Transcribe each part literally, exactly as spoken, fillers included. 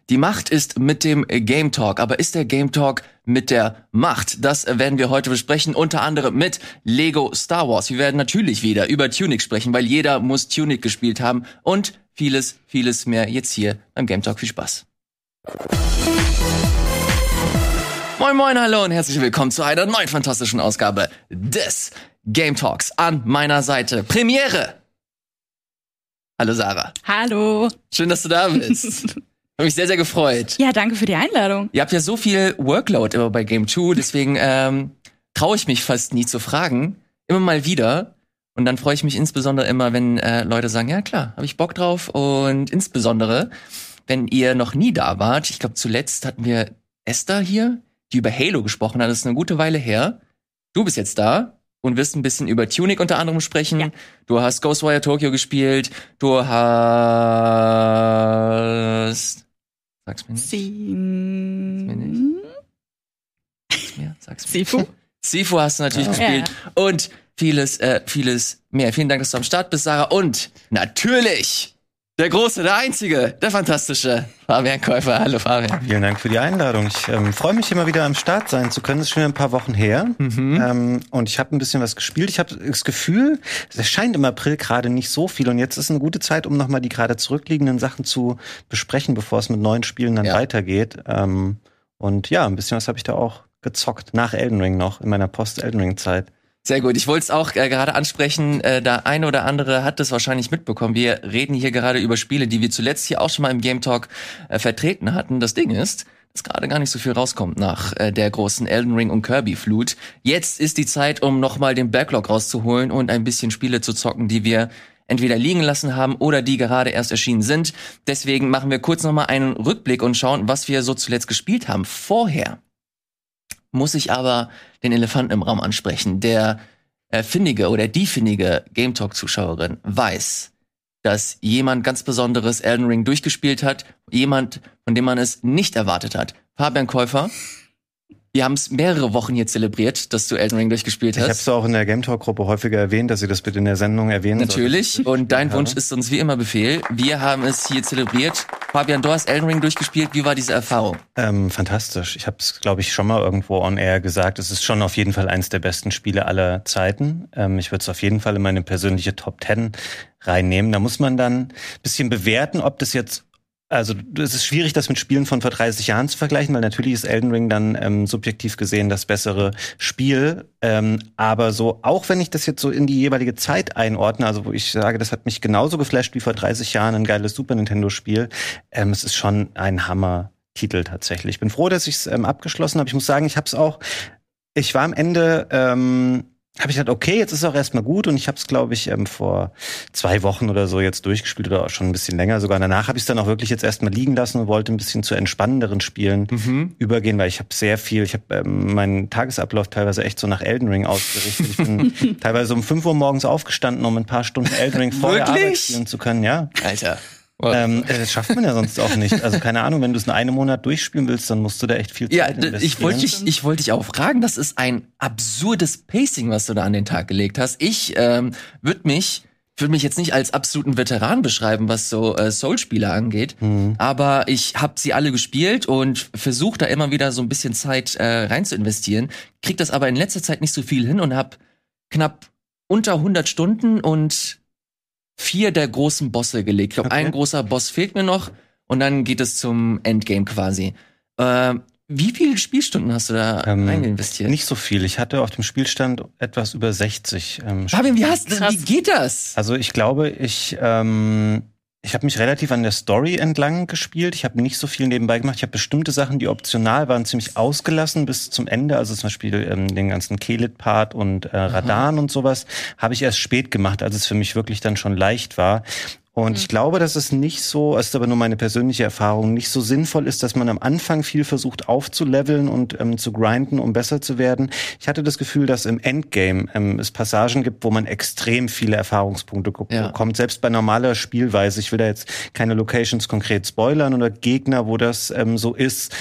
Die Macht ist mit dem Game Talk. Aber ist der Game Talk mit der Macht? Das werden wir heute besprechen, unter anderem mit Lego Star Wars. Wir werden natürlich wieder über Tunic sprechen, weil jeder muss Tunic gespielt haben. Und vieles, vieles mehr jetzt hier beim Game Talk. Viel Spaß. Moin moin, hallo und herzlich willkommen zu einer neuen fantastischen Ausgabe des Game Talks. An meiner Seite Premiere. Hallo Sarah. Hallo. Schön, dass du da bist. Hab mich sehr, sehr gefreut. Ja, danke für die Einladung. Ihr habt ja so viel Workload immer bei Game zwei, deswegen ähm, traue ich mich fast nie zu fragen. Immer mal wieder. Und dann freue ich mich insbesondere immer, wenn äh, Leute sagen, ja klar, habe ich Bock drauf. Und insbesondere, wenn ihr noch nie da wart. Ich glaube, zuletzt hatten wir Esther hier, die über Halo gesprochen hat. Das ist eine gute Weile her. Du bist jetzt da und wirst ein bisschen über Tunic unter anderem sprechen. Ja. Du hast Ghostwire Tokyo gespielt. Du hast... Sag's mir nicht. Sie- Sag's mir nicht. Sag's mir, sag's mir. Sifu. Sifu hast du natürlich Ja. gespielt. Und vieles, äh, vieles mehr. Vielen Dank, dass du am Start bist, Sarah. Und natürlich der Große, der Einzige, der Fantastische Fabian Käufer. Hallo, Fabian. Vielen Dank für die Einladung. Ich ähm, freue mich, immer wieder am Start sein zu können. Das ist schon ein paar Wochen her. Mhm. Ähm, und ich habe ein bisschen was gespielt. Ich habe das Gefühl, es erscheint im April gerade nicht so viel. Und jetzt ist eine gute Zeit, um nochmal die gerade zurückliegenden Sachen zu besprechen, bevor es mit neuen Spielen dann Ja. weitergeht. Ähm, und ja, ein bisschen was habe ich da auch gezockt. Nach Elden Ring noch, in meiner Post-Elden Ring-Zeit. Sehr gut. Ich wollte es auch äh, gerade ansprechen. Äh, der eine oder andere hat das wahrscheinlich mitbekommen. Wir reden hier gerade über Spiele, die wir zuletzt hier auch schon mal im Game Talk äh, vertreten hatten. Das Ding ist, dass gerade gar nicht so viel rauskommt nach äh, der großen Elden Ring und Kirby Flut. Jetzt ist die Zeit, um nochmal den Backlog rauszuholen und ein bisschen Spiele zu zocken, die wir entweder liegen lassen haben oder die gerade erst erschienen sind. Deswegen machen wir kurz nochmal einen Rückblick und schauen, was wir so zuletzt gespielt haben. Vorher muss ich aber den Elefanten im Raum ansprechen. Der äh, findige oder die findige Game Talk-Zuschauerin weiß, dass jemand ganz Besonderes Elden Ring durchgespielt hat. Jemand, von dem man es nicht erwartet hat. Fabian Käufer. Wir haben es mehrere Wochen hier zelebriert, dass du Elden Ring durchgespielt Ich habe hast. es auch in der Game Talk-Gruppe häufiger erwähnt, dass Sie das bitte in der Sendung erwähnen. Natürlich. sollten. Und dein Ja. Wunsch ist uns wie immer Befehl. Wir haben es hier zelebriert. Fabian, du hast Elden Ring durchgespielt. Wie war diese Erfahrung? Ähm, fantastisch. Ich habe es, glaube ich, schon mal irgendwo on air gesagt. Es ist schon auf jeden Fall eines der besten Spiele aller Zeiten. Ähm, ich würde es auf jeden Fall in meine persönliche Top Ten reinnehmen. Da muss man dann ein bisschen bewerten, ob das jetzt Also es ist schwierig, das mit Spielen von vor dreißig Jahren zu vergleichen, weil natürlich ist Elden Ring dann ähm, subjektiv gesehen das bessere Spiel. Ähm, aber so, auch wenn ich das jetzt so in die jeweilige Zeit einordne, also wo ich sage, das hat mich genauso geflasht wie vor dreißig Jahren ein geiles Super Nintendo-Spiel, ähm, es ist schon ein Hammer-Titel tatsächlich. Ich bin froh, dass ich es ähm, abgeschlossen habe. Ich muss sagen, ich habe es auch, ich war am Ende... Ähm, habe ich gedacht, okay, jetzt ist es auch erstmal gut und ich habe es, glaube ich, ähm, vor zwei Wochen oder so jetzt durchgespielt oder auch schon ein bisschen länger sogar. Danach habe ich es dann auch wirklich jetzt erstmal liegen lassen und wollte ein bisschen zu entspannenderen Spielen Mhm. übergehen, weil ich habe sehr viel, ich habe ähm, meinen Tagesablauf teilweise echt so nach Elden Ring ausgerichtet. Ich bin teilweise um fünf Uhr morgens aufgestanden, um ein paar Stunden Elden Ring vor der Wirklich? Arbeit spielen zu können, ja. Alter. Ähm, das schafft man ja sonst auch nicht. Also keine Ahnung, wenn du es in einem Monat durchspielen willst, dann musst du da echt viel Zeit Ja, investieren. d- ich wollte dich, ich wollte dich auch fragen, das ist ein absurdes Pacing, was du da an den Tag gelegt hast. Ich ähm, würde mich, würde mich jetzt nicht als absoluten Veteran beschreiben, was so äh, Soul-Spiele angeht, Mhm. aber ich habe sie alle gespielt und versuche da immer wieder so ein bisschen Zeit äh, rein zu investieren. Krieg das aber in letzter Zeit nicht so viel hin und habe knapp unter hundert Stunden und vier der großen Bosse gelegt. Ich glaube, Okay. ein großer Boss fehlt mir noch und dann geht es zum Endgame quasi. Äh, wie viele Spielstunden hast du da Ähm, rein investiert? Nicht so viel. Ich hatte auf dem Spielstand etwas über sechzig. Ähm, Fabian, wie hast du, Krass. wie geht das? Also ich glaube, ich ähm, ich habe mich relativ an der Story entlang gespielt. Ich habe nicht so viel nebenbei gemacht. Ich habe bestimmte Sachen, die optional waren, ziemlich ausgelassen bis zum Ende. Also zum Beispiel ähm, den ganzen Kelit-Part und äh, Radan und sowas habe ich erst spät gemacht, als es für mich wirklich dann schon leicht war. Und ich glaube, dass es nicht so, es ist aber nur meine persönliche Erfahrung, nicht so sinnvoll ist, dass man am Anfang viel versucht aufzuleveln und ähm, zu grinden, um besser zu werden. Ich hatte das Gefühl, dass im Endgame ähm, es Passagen gibt, wo man extrem viele Erfahrungspunkte ge- Ja. bekommt, selbst bei normaler Spielweise. Ich will da jetzt keine Locations konkret spoilern oder Gegner, wo das ähm, so ist.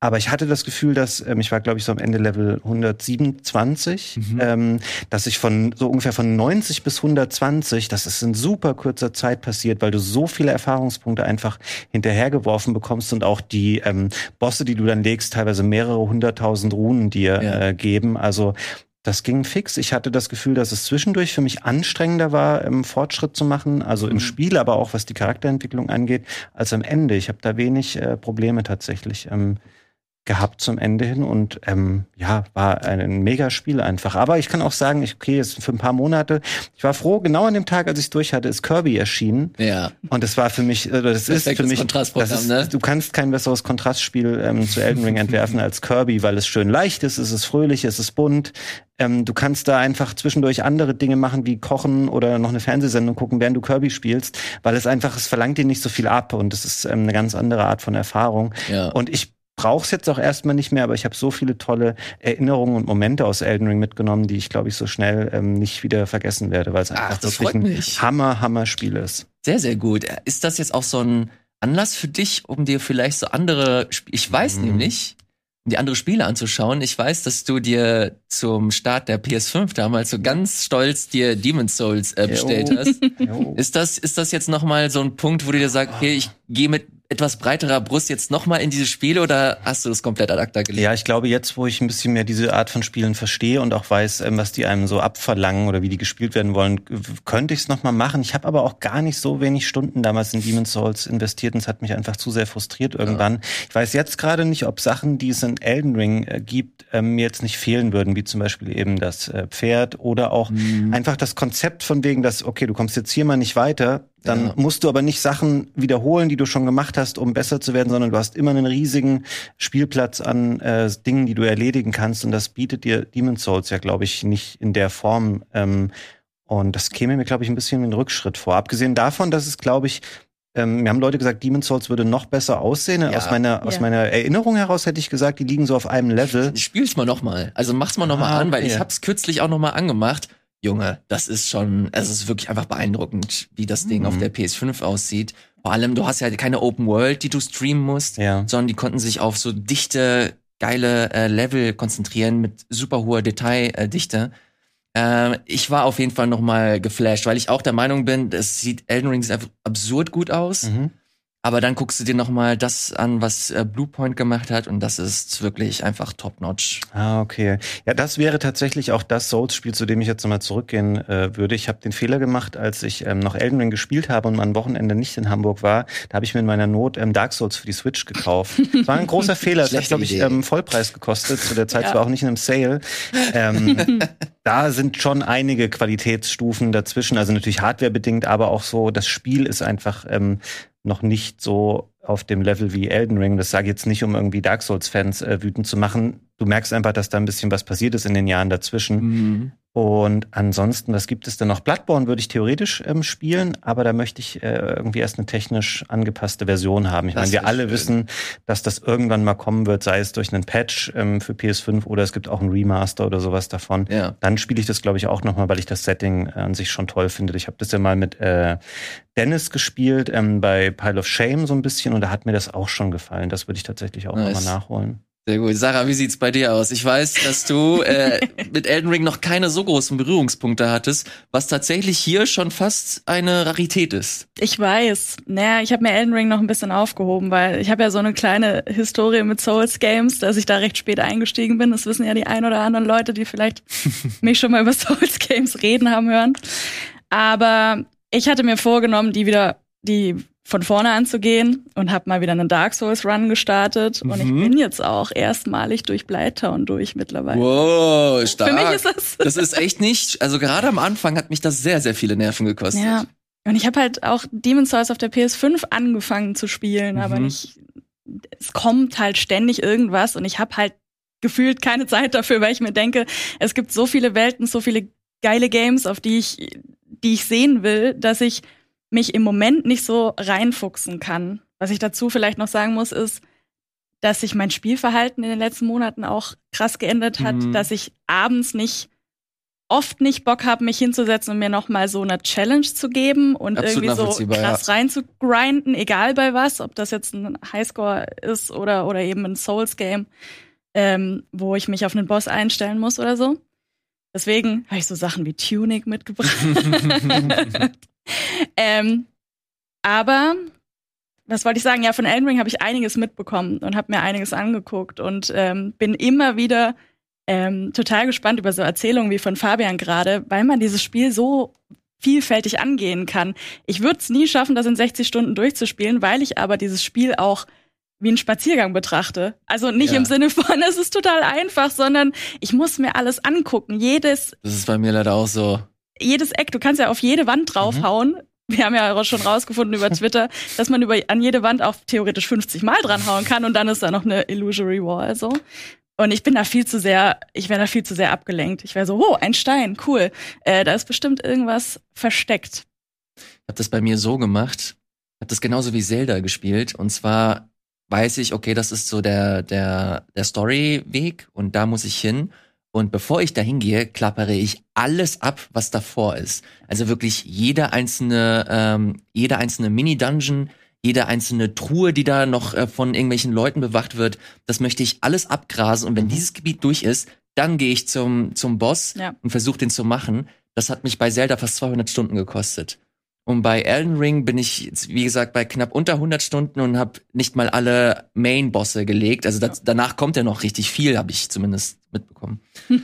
Aber ich hatte das Gefühl, dass, ähm, ich war, glaube ich, so am Ende Level hundertsiebenundzwanzig, mhm. ähm, dass ich von so ungefähr von neunzig bis hundertzwanzig, das ist in super kurzer Zeit passiert, weil du so viele Erfahrungspunkte einfach hinterhergeworfen bekommst und auch die ähm, Bosse, die du dann legst, teilweise mehrere hunderttausend Runen dir ja. äh, geben. Also das ging fix. Ich hatte das Gefühl, dass es zwischendurch für mich anstrengender war, im Fortschritt zu machen, also mhm. im Spiel, aber auch was die Charakterentwicklung angeht, als am Ende. Ich habe da wenig äh, Probleme tatsächlich ähm, gehabt zum Ende hin und ähm, ja, war ein, ein mega Spiel einfach. Aber ich kann auch sagen, ich, okay, jetzt für ein paar Monate, ich war froh, genau an dem Tag, als ich es durch hatte, ist Kirby erschienen. Ja. Und das war für mich, äh, das ist für mich, das ist, ne? Du kannst kein besseres Kontrastspiel ähm, zu Elden Ring entwerfen als Kirby, weil es schön leicht ist, es ist fröhlich, es ist bunt. Ähm, du kannst da einfach zwischendurch andere Dinge machen, wie kochen oder noch eine Fernsehsendung gucken, während du Kirby spielst, weil es einfach, es verlangt dir nicht so viel ab und es ist ähm, eine ganz andere Art von Erfahrung. Ja. Und ich brauch's jetzt auch erstmal nicht mehr, aber ich habe so viele tolle Erinnerungen und Momente aus Elden Ring mitgenommen, die ich, glaube ich, so schnell ähm, nicht wieder vergessen werde, weil es einfach das wirklich ein mich. Hammer, Hammer-Spiel ist. Sehr, sehr gut. Ist das jetzt auch so ein Anlass für dich, um dir vielleicht so andere, Sp- ich weiß mhm. nämlich, um die andere Spiele anzuschauen. Ich weiß, dass du dir zum Start der P S fünf damals so ganz stolz dir Demon's Souls äh, bestellt Jo. hast. Jo. Ist das, ist das jetzt nochmal so ein Punkt, wo du dir sagst, okay, ich gehe mit etwas breiterer Brust jetzt nochmal in dieses Spiel oder hast du das komplett ad acta gelegt? Ja, ich glaube jetzt, wo ich ein bisschen mehr diese Art von Spielen verstehe und auch weiß, was die einem so abverlangen oder wie die gespielt werden wollen, könnte ich es nochmal machen. Ich habe aber auch gar nicht so wenig Stunden damals in Demon's Souls investiert und es hat mich einfach zu sehr frustriert irgendwann. Ja. Ich weiß jetzt gerade nicht, ob Sachen, die es in Elden Ring äh, gibt, äh, mir jetzt nicht fehlen würden, wie zum Beispiel eben das äh, Pferd oder auch mhm. einfach das Konzept von wegen, dass, okay, du kommst jetzt hier mal nicht weiter, dann ja. musst du aber nicht Sachen wiederholen, die du schon gemacht hast, um besser zu werden, sondern du hast immer einen riesigen Spielplatz an äh, Dingen, die du erledigen kannst. Und das bietet dir Demon's Souls ja, glaube ich, nicht in der Form. Ähm, und das käme mir, glaube ich, ein bisschen wie ein Rückschritt vor. Abgesehen davon, dass es, glaube ich, ähm, mir haben Leute gesagt, Demon's Souls würde noch besser aussehen. Ja. Aus meiner, ja. aus meiner Erinnerung heraus hätte ich gesagt, die liegen so auf einem Level. Ich spiel's mal noch mal. Also mach's mal noch mal ah, an, weil okay. ich hab's kürzlich auch noch mal angemacht. Junge, das ist schon, es ist wirklich einfach beeindruckend, wie das Ding mhm. auf der P S fünf aussieht. Vor allem, du hast ja keine Open World, die du streamen musst, ja. sondern die konnten sich auf so dichte, geile äh, Level konzentrieren mit super hoher Detaildichte. Äh, ich war auf jeden Fall noch mal geflasht, weil ich auch der Meinung bin, es sieht Elden Ring einfach absurd gut aus. Mhm. Aber dann guckst du dir noch mal das an, was äh, Bluepoint gemacht hat und das ist wirklich einfach top-notch. Ah, okay. Ja, das wäre tatsächlich auch das Souls-Spiel, zu dem ich jetzt nochmal zurückgehen äh, würde. Ich habe den Fehler gemacht, als ich ähm, noch Elden Ring gespielt habe und mal ein Wochenende nicht in Hamburg war. Da habe ich mir in meiner Not ähm, Dark Souls für die Switch gekauft. Das war ein großer Fehler. Das hat, glaube ich, ähm, Vollpreis gekostet. Zu der Zeit ja. war auch nicht in einem Sale. Ähm, da sind schon einige Qualitätsstufen dazwischen. Also natürlich hardwarebedingt, aber auch so, das Spiel ist einfach ähm, noch nicht so auf dem Level wie Elden Ring. Das sage ich jetzt nicht, um irgendwie Dark Souls-Fans äh, wütend zu machen. Du merkst einfach, dass da ein bisschen was passiert ist in den Jahren dazwischen. Mhm. Und ansonsten, was gibt es denn noch? Bloodborne würde ich theoretisch ähm, spielen, aber da möchte ich äh, irgendwie erst eine technisch angepasste Version haben. Ich meine, wir alle schön. wissen, dass das irgendwann mal kommen wird, sei es durch einen Patch ähm, für P S fünf oder es gibt auch einen Remaster oder sowas davon. Ja. Dann spiele ich das, glaube ich, auch noch mal, weil ich das Setting äh, an sich schon toll finde. Ich habe das ja mal mit äh, Dennis gespielt ähm, bei Pile of Shame so ein bisschen und da hat mir das auch schon gefallen. Das würde ich tatsächlich auch nice. noch mal nachholen. Sehr gut. Sarah, wie sieht's bei dir aus? Ich weiß, dass du äh, mit Elden Ring noch keine so großen Berührungspunkte hattest, was tatsächlich hier schon fast eine Rarität ist. Ich weiß. Naja, ich habe mir Elden Ring noch ein bisschen aufgehoben, weil ich habe ja so eine kleine Historie mit Souls-Games, dass ich da recht spät eingestiegen bin. Das wissen ja die ein oder anderen Leute, die vielleicht mich schon mal über Souls-Games reden haben hören. Aber ich hatte mir vorgenommen, die wieder, die von vorne anzugehen und habe mal wieder einen Dark Souls Run gestartet mhm. und ich bin jetzt auch erstmalig durch Blighttown durch mittlerweile. Wow, stark. Für mich ist das. Das ist echt nicht, also gerade am Anfang hat mich das sehr, sehr viele Nerven gekostet. Ja. Und ich habe halt auch Demon's Souls auf der P S fünf angefangen zu spielen, mhm. aber nicht, es kommt halt ständig irgendwas und ich habe halt gefühlt keine Zeit dafür, weil ich mir denke, es gibt so viele Welten, so viele geile Games, auf die ich, die ich sehen will, dass ich mich im Moment nicht so reinfuchsen kann. Was ich dazu vielleicht noch sagen muss, ist, dass sich mein Spielverhalten in den letzten Monaten auch krass geändert hat, mhm. dass ich abends nicht oft nicht Bock habe, mich hinzusetzen und mir noch mal so eine Challenge zu geben und Absolut irgendwie so krass ja. rein zu grinden, egal bei was, ob das jetzt ein Highscore ist oder oder eben ein Souls-Game, ähm, wo ich mich auf einen Boss einstellen muss oder so. Deswegen habe ich so Sachen wie Tunic mitgebracht. ähm, aber was wollte ich sagen? Ja, von Elden Ring habe ich einiges mitbekommen und habe mir einiges angeguckt und ähm, bin immer wieder Ähm, total gespannt über so Erzählungen wie von Fabian gerade, weil man dieses Spiel so vielfältig angehen kann. Ich würde es nie schaffen, das in sechzig Stunden durchzuspielen, weil ich aber dieses Spiel auch wie einen Spaziergang betrachte. Also nicht ja. im Sinne von, es ist total einfach, sondern ich muss mir alles angucken. Jedes. Das ist bei mir leider auch so. Jedes Eck, du kannst ja auf jede Wand draufhauen. Mhm. Wir haben ja schon rausgefunden über Twitter, dass man über, an jede Wand auch theoretisch fünfzig Mal dranhauen kann und dann ist da noch eine Illusory Wall, so. Und ich bin da viel zu sehr, ich wäre da viel zu sehr abgelenkt. Ich wäre so, oh, ein Stein, cool. Äh, da ist bestimmt irgendwas versteckt. Ich habe das bei mir so gemacht, ich habe das genauso wie Zelda gespielt. Und zwar weiß ich, okay, das ist so der der der Story-Weg und da muss ich hin. Und bevor ich da hingehe, klappere ich alles ab, was davor ist. Also wirklich jede einzelne, ähm, jede einzelne Mini-Dungeon, jede einzelne Truhe, die da noch äh, von irgendwelchen Leuten bewacht wird, das möchte ich alles abgrasen. Und wenn dieses Gebiet durch ist, dann gehe ich zum zum Boss ja. und versuche den zu machen. Das hat mich bei Zelda fast zweihundert Stunden gekostet. Und bei Elden Ring bin ich, wie gesagt, bei knapp unter hundert Stunden und habe nicht mal alle Main-Bosse gelegt. Also das, danach kommt ja noch richtig viel, habe ich zumindest mitbekommen.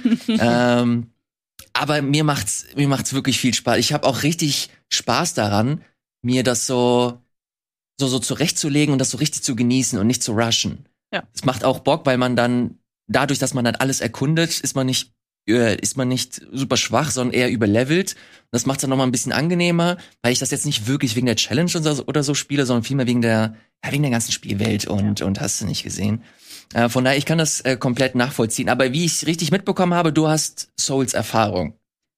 ähm, aber mir macht's mir macht's wirklich viel Spaß. Ich habe auch richtig Spaß daran, mir das so so so zurechtzulegen und das so richtig zu genießen und nicht zu rushen. Ja. Es macht auch Bock, weil man dann dadurch, dass man dann alles erkundet, ist man nicht äh, ist man nicht super schwach, sondern eher überlevelt. Und das macht es dann noch mal ein bisschen angenehmer, weil ich das jetzt nicht wirklich wegen der Challenge oder so, oder so spiele, sondern vielmehr wegen der ja, wegen der ganzen Spielwelt und ja. und hast du nicht gesehen. Äh, von daher, ich kann das äh, komplett nachvollziehen. Aber wie ich richtig mitbekommen habe, du hast Souls-Erfahrung.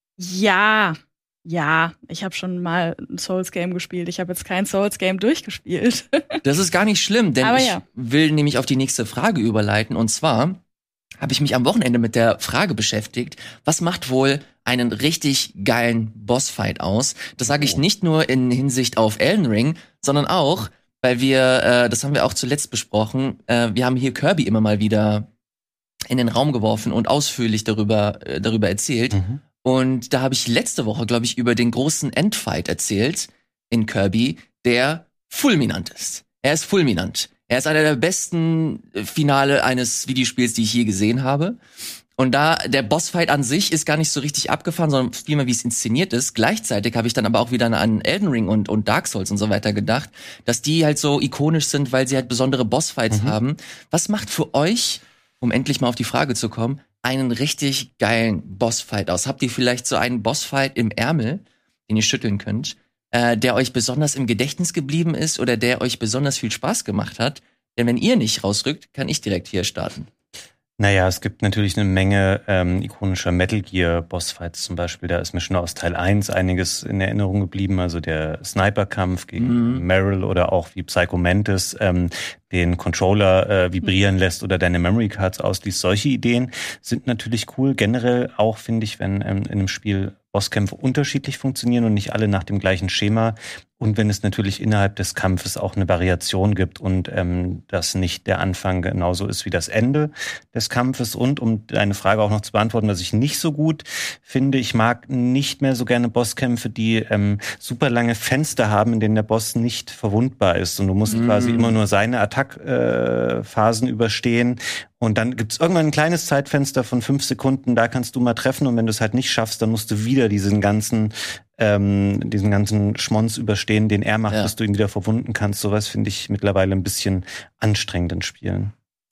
Ja. Ja, ich habe schon mal ein Souls-Game gespielt. Ich habe jetzt kein Souls-Game durchgespielt. Das ist gar nicht schlimm, denn Aber ich ja. will nämlich auf die nächste Frage überleiten. Und zwar habe ich mich am Wochenende mit der Frage beschäftigt, was macht wohl einen richtig geilen Bossfight aus? Das sage ich nicht nur in Hinsicht auf Elden Ring, sondern auch, weil wir, äh, das haben wir auch zuletzt besprochen, äh, wir haben hier Kirby immer mal wieder in den Raum geworfen und ausführlich darüber, äh, darüber erzählt. Mhm. Und da habe ich letzte Woche, glaube ich, über den großen Endfight erzählt in Kirby, der fulminant ist. Er ist fulminant. Er ist einer der besten Finale eines Videospiels, die ich je gesehen habe. Und da, der Bossfight an sich ist gar nicht so richtig abgefahren, sondern vielmehr, wie es inszeniert ist. Gleichzeitig habe ich dann aber auch wieder an Elden Ring und, und Dark Souls und so weiter gedacht, dass die halt so ikonisch sind, weil sie halt besondere Bossfights mhm. haben. Was macht für euch, um endlich mal auf die Frage zu kommen, einen richtig geilen Bossfight aus? Habt ihr vielleicht so einen Bossfight im Ärmel, den ihr schütteln könnt, äh, der euch besonders im Gedächtnis geblieben ist oder der euch besonders viel Spaß gemacht hat? Denn wenn ihr nicht rausrückt, kann ich direkt hier starten. Naja, es gibt natürlich eine Menge ähm, ikonischer Metal Gear Bossfights zum Beispiel. Da ist mir schon aus Teil eins einiges in Erinnerung geblieben. Also der Sniper-Kampf gegen mhm. Meryl oder auch wie Psycho Mantis ähm, den Controller äh, vibrieren lässt oder deine Memory Cards ausliest. Solche Ideen sind natürlich cool. Generell auch, finde ich, wenn ähm, in einem Spiel Bosskämpfe unterschiedlich funktionieren und nicht alle nach dem gleichen Schema. Und wenn es natürlich innerhalb des Kampfes auch eine Variation gibt und ähm, das nicht der Anfang genauso ist wie das Ende des Kampfes. Und um deine Frage auch noch zu beantworten, was ich nicht so gut finde, ich mag nicht mehr so gerne Bosskämpfe, die ähm, super lange Fenster haben, in denen der Boss nicht verwundbar ist. Und du musst mm. quasi immer nur seine Attack-Phasen äh, überstehen. Und dann gibt's irgendwann ein kleines Zeitfenster von fünf Sekunden, da kannst du mal treffen. Und wenn du es halt nicht schaffst, dann musst du wieder diesen ganzen ähm, diesen ganzen Schmonz überstehen, den er macht, ja. bis du ihn wieder verwunden kannst. Sowas finde ich mittlerweile ein bisschen anstrengend in Spielen.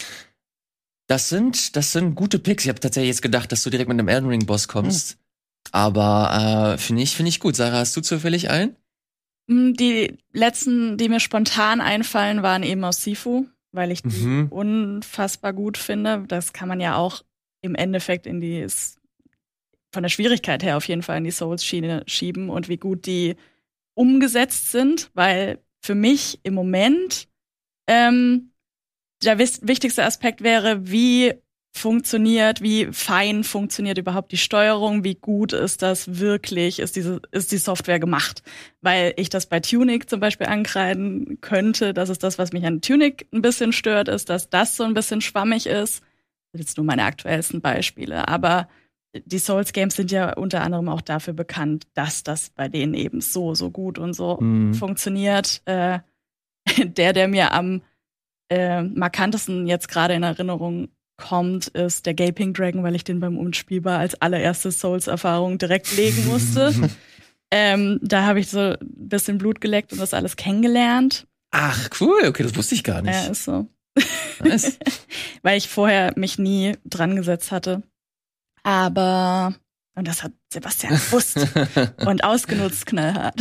Das sind, das sind gute Picks. Ich habe tatsächlich jetzt gedacht, dass du direkt mit einem Elden Ring Boss kommst. Hm. Aber äh, finde ich, finde ich gut. Sarah, hast du zufällig einen? Die letzten, die mir spontan einfallen, waren eben aus Sifu, weil ich die mhm. unfassbar gut finde. Das kann man ja auch im Endeffekt in die, von der Schwierigkeit her auf jeden Fall in die Souls-Schiene schieben und wie gut die umgesetzt sind, weil für mich im Moment ähm, der wichtigste Aspekt wäre, wie funktioniert, wie fein funktioniert überhaupt die Steuerung, wie gut ist das wirklich, ist diese, ist die Software gemacht. Weil ich das bei Tunic zum Beispiel ankreiden könnte, das ist das, was mich an Tunic ein bisschen stört, ist, dass das so ein bisschen schwammig ist. Das sind jetzt nur meine aktuellsten Beispiele, aber die Souls-Games sind ja unter anderem auch dafür bekannt, dass das bei denen eben so, so gut und so mhm. funktioniert. Äh, der, der mir am äh, markantesten jetzt gerade in Erinnerung kommt, ist der Gaping Dragon, weil ich den beim Unspielbar als allererste Souls-Erfahrung direkt legen musste. ähm, da habe ich so ein bisschen Blut geleckt und das alles kennengelernt. Ach, cool. Okay, das wusste ich gar nicht. Ja, ist so. Nice. Weil ich vorher mich nie dran gesetzt hatte. Aber, und das hat Sebastian gewusst und ausgenutzt knallhart.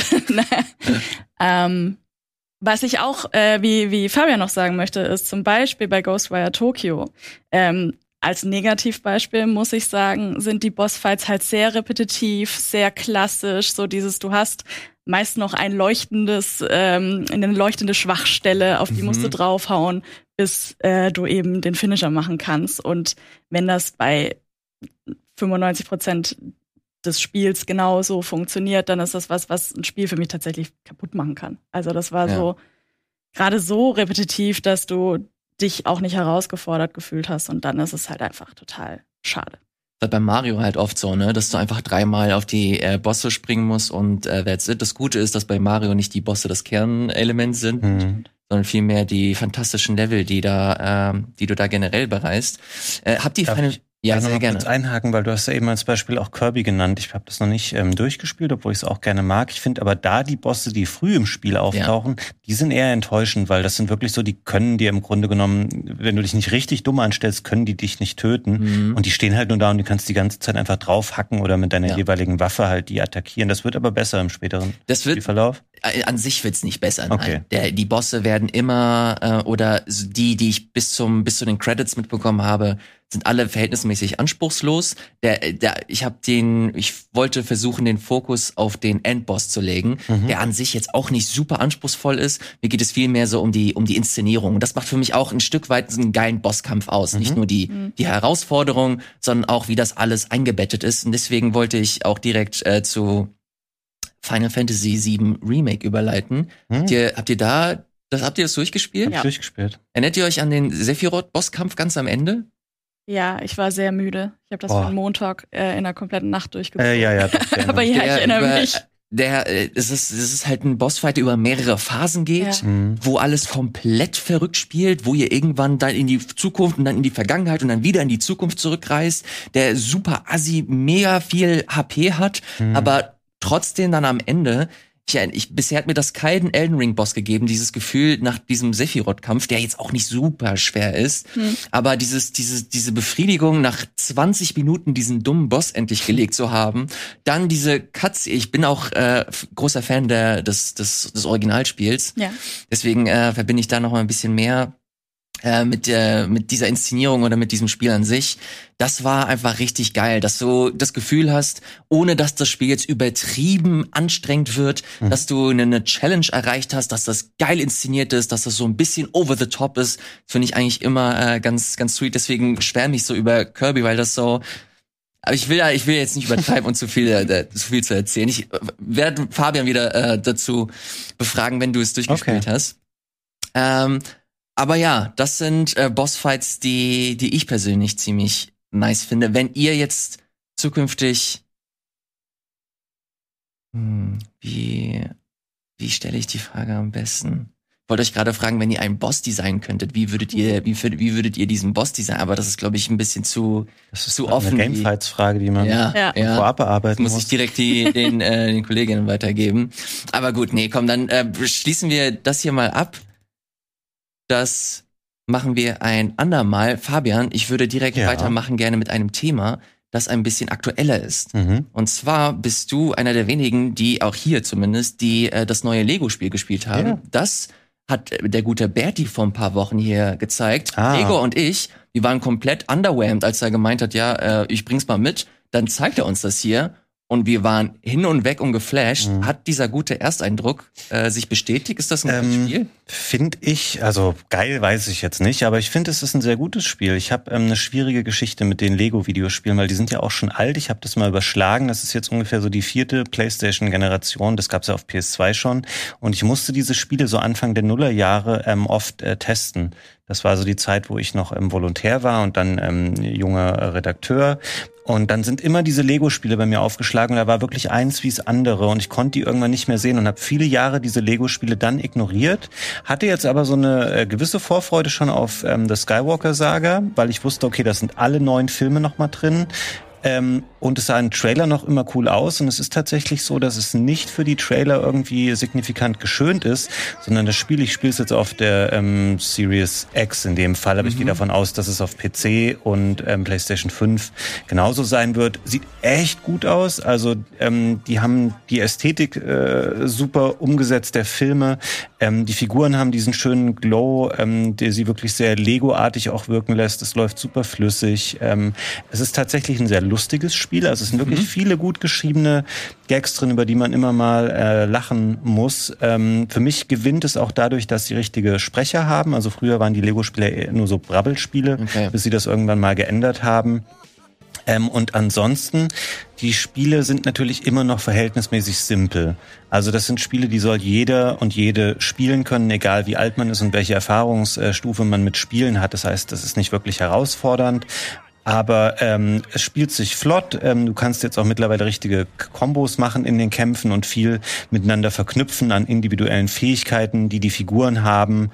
ähm, Was ich auch, äh, wie, wie Fabian noch sagen möchte, ist zum Beispiel bei Ghostwire Tokyo. Ähm, als Negativbeispiel muss ich sagen, sind die Bossfights halt sehr repetitiv, sehr klassisch. So dieses, du hast meist noch ein leuchtendes, ähm, eine leuchtende Schwachstelle, auf die mhm. musst du draufhauen, bis äh, du eben den Finisher machen kannst. Und wenn das bei fünfundneunzig Prozent des Spiels genauso funktioniert, dann ist das was, was ein Spiel für mich tatsächlich kaputt machen kann. Also das war ja. so, gerade so repetitiv, dass du dich auch nicht herausgefordert gefühlt hast und dann ist es halt einfach total schade. Das ist bei Mario halt oft so, ne, dass du einfach dreimal auf die äh, Bosse springen musst und äh, that's it. Das Gute ist, dass bei Mario nicht die Bosse das Kernelement sind, mhm. sondern vielmehr die fantastischen Level, die da, ähm, die du da generell bereist. Äh, habt ihr Final... Ja, sehr gerne. Kurz einhaken, weil du hast ja eben als Beispiel auch Kirby genannt. Ich habe das noch nicht ähm, durchgespielt, obwohl ich es auch gerne mag. Ich finde aber da die Bosse, die früh im Spiel auftauchen, ja. die sind eher enttäuschend, weil das sind wirklich so, die können dir im Grunde genommen, wenn du dich nicht richtig dumm anstellst, können die dich nicht töten. Mhm. Und die stehen halt nur da und du kannst die ganze Zeit einfach draufhacken oder mit deiner ja. jeweiligen Waffe halt die attackieren. Das wird aber besser im späteren das wird, Spielverlauf. An sich wird's nicht besser. Nein. Okay. Der, die Bosse werden immer, äh, oder die, die ich bis zum bis zu den Credits mitbekommen habe, sind alle verhältnismäßig anspruchslos. Der, der, ich habe den, ich wollte versuchen, den Fokus auf den Endboss zu legen, mhm. der an sich jetzt auch nicht super anspruchsvoll ist. Mir geht es viel mehr so um die, um die Inszenierung. Und das macht für mich auch ein Stück weit einen geilen Bosskampf aus. Mhm. Nicht nur die, mhm. die Herausforderung, sondern auch, wie das alles eingebettet ist. Und deswegen wollte ich auch direkt äh, zu Final Fantasy sieben Remake überleiten. Mhm. Habt ihr, habt ihr da, das, habt ihr das durchgespielt? Hab ich durchgespielt. Erinnert ihr euch an den Sephiroth-Bosskampf ganz am Ende? Ja, ich war sehr müde. Ich habe das Boah. für einen Montag äh, in der kompletten Nacht durchgezogen. Äh, ja, ja, doch, aber ja, der, ich erinnere über, mich. Der, äh, es ist, es ist halt ein Bossfight, der über mehrere Phasen geht, ja. Mhm. wo alles komplett verrückt spielt, wo ihr irgendwann dann in die Zukunft und dann in die Vergangenheit und dann wieder in die Zukunft zurückreist, der super assi mega viel H P hat, Mhm. aber trotzdem dann am Ende, ich, ich, bisher hat mir das keinen Elden Ring Boss gegeben, dieses Gefühl nach diesem Sephiroth-Kampf, der jetzt auch nicht super schwer ist, Hm. aber dieses, dieses, diese Befriedigung nach zwanzig Minuten diesen dummen Boss endlich gelegt zu haben, dann diese Cuts, ich bin auch äh, großer Fan der, des, des, des Originalspiels, Ja. deswegen äh, verbinde ich da noch mal ein bisschen mehr äh, mit der, mit dieser Inszenierung oder mit diesem Spiel an sich. Das war einfach richtig geil, dass du das Gefühl hast, ohne dass das Spiel jetzt übertrieben anstrengend wird, mhm. dass du eine, eine Challenge erreicht hast, dass das geil inszeniert ist, dass das so ein bisschen over the top ist, finde ich eigentlich immer äh, ganz, ganz sweet. Deswegen schwärme ich so über Kirby, weil das so. Aber ich will ja, ich will jetzt nicht übertreiben und zu viel, äh, zu viel zu erzählen. Ich äh, werde Fabian wieder äh, dazu befragen, wenn du es durchgespielt okay. hast. Ähm, aber ja, das sind äh, Bossfights, die, die ich persönlich ziemlich nice finde. Wenn ihr jetzt zukünftig, hm, wie, wie stelle ich die Frage am besten? Ich wollte euch gerade fragen, wenn ihr einen Boss designen könntet, wie würdet ihr, wie, wie würdet ihr diesen Boss designen? Aber das ist, glaube ich, ein bisschen zu, das ist zu offen. Eine Gamefights-Frage, die man ja, ja. ja. vorab bearbeiten muss. muss. Muss ich direkt die, den, äh, den Kolleginnen weitergeben. Aber gut, nee, komm, dann äh, schließen wir das hier mal ab. Das machen wir ein andermal. Fabian, ich würde direkt ja. weitermachen gerne mit einem Thema, das ein bisschen aktueller ist. Mhm. Und zwar bist du einer der wenigen, die auch hier zumindest, die äh, das neue Lego-Spiel gespielt haben. Ja. Das hat der gute Berti vor ein paar Wochen hier gezeigt. Ah. Gregor und ich, wir waren komplett underwhelmed, als er gemeint hat, ja, äh, ich bring's mal mit. Dann zeigt er uns das hier. und wir waren hin und weg und geflasht. Mhm. Hat dieser gute Ersteindruck äh, sich bestätigt? Ist das ein gutes Ähm, Spiel? Finde ich, also geil weiß ich jetzt nicht, aber ich finde, es ist ein sehr gutes Spiel. Ich habe ähm, eine schwierige Geschichte mit den Lego-Videospielen, weil die sind ja auch schon alt. Ich habe das mal überschlagen. Das ist jetzt ungefähr so die vierte PlayStation-Generation. Das gab's ja auf P S zwei schon. Und ich musste diese Spiele so Anfang der Nullerjahre ähm, oft äh, testen. Das war so die Zeit, wo ich noch ähm, Volontär war und dann ähm, junger äh, Redakteur. Und dann sind immer diese Lego-Spiele bei mir aufgeschlagen und da war wirklich eins wie das andere und ich konnte die irgendwann nicht mehr sehen und habe viele Jahre diese Lego-Spiele dann ignoriert, hatte jetzt aber so eine äh, gewisse Vorfreude schon auf ähm, das Skywalker-Saga, weil ich wusste, okay, das sind alle neuen Filme noch mal drin. Ähm, und es sah im Trailer noch immer cool aus und es ist tatsächlich so, dass es nicht für die Trailer irgendwie signifikant geschönt ist, sondern das Spiel, ich spiele es jetzt auf der ähm, Series X in dem Fall, aber mhm. ich gehe davon aus, dass es auf P C und ähm, PlayStation fünf genauso sein wird. Sieht echt gut aus, also ähm, die haben die Ästhetik äh, super umgesetzt der Filme, ähm, die Figuren haben diesen schönen Glow, ähm, der sie wirklich sehr Lego-artig auch wirken lässt, es läuft super flüssig, ähm, es ist tatsächlich ein sehr lustiges Spiel. Also es sind wirklich mhm. viele gut geschriebene Gags drin, über die man immer mal äh, lachen muss. Ähm, für mich gewinnt es auch dadurch, dass sie richtige Sprecher haben. Also früher waren die Lego-Spiele nur so Brabbelspiele, okay. bis sie das irgendwann mal geändert haben. Ähm, und ansonsten, die Spiele sind natürlich immer noch verhältnismäßig simpel. Also das sind Spiele, die soll jeder und jede spielen können, egal wie alt man ist und welche Erfahrungsstufe man mit Spielen hat. Das heißt, das ist nicht wirklich herausfordernd. Aber ähm, es spielt sich flott. Ähm, du kannst jetzt auch mittlerweile richtige Kombos machen in den Kämpfen und viel miteinander verknüpfen an individuellen Fähigkeiten, die die Figuren haben.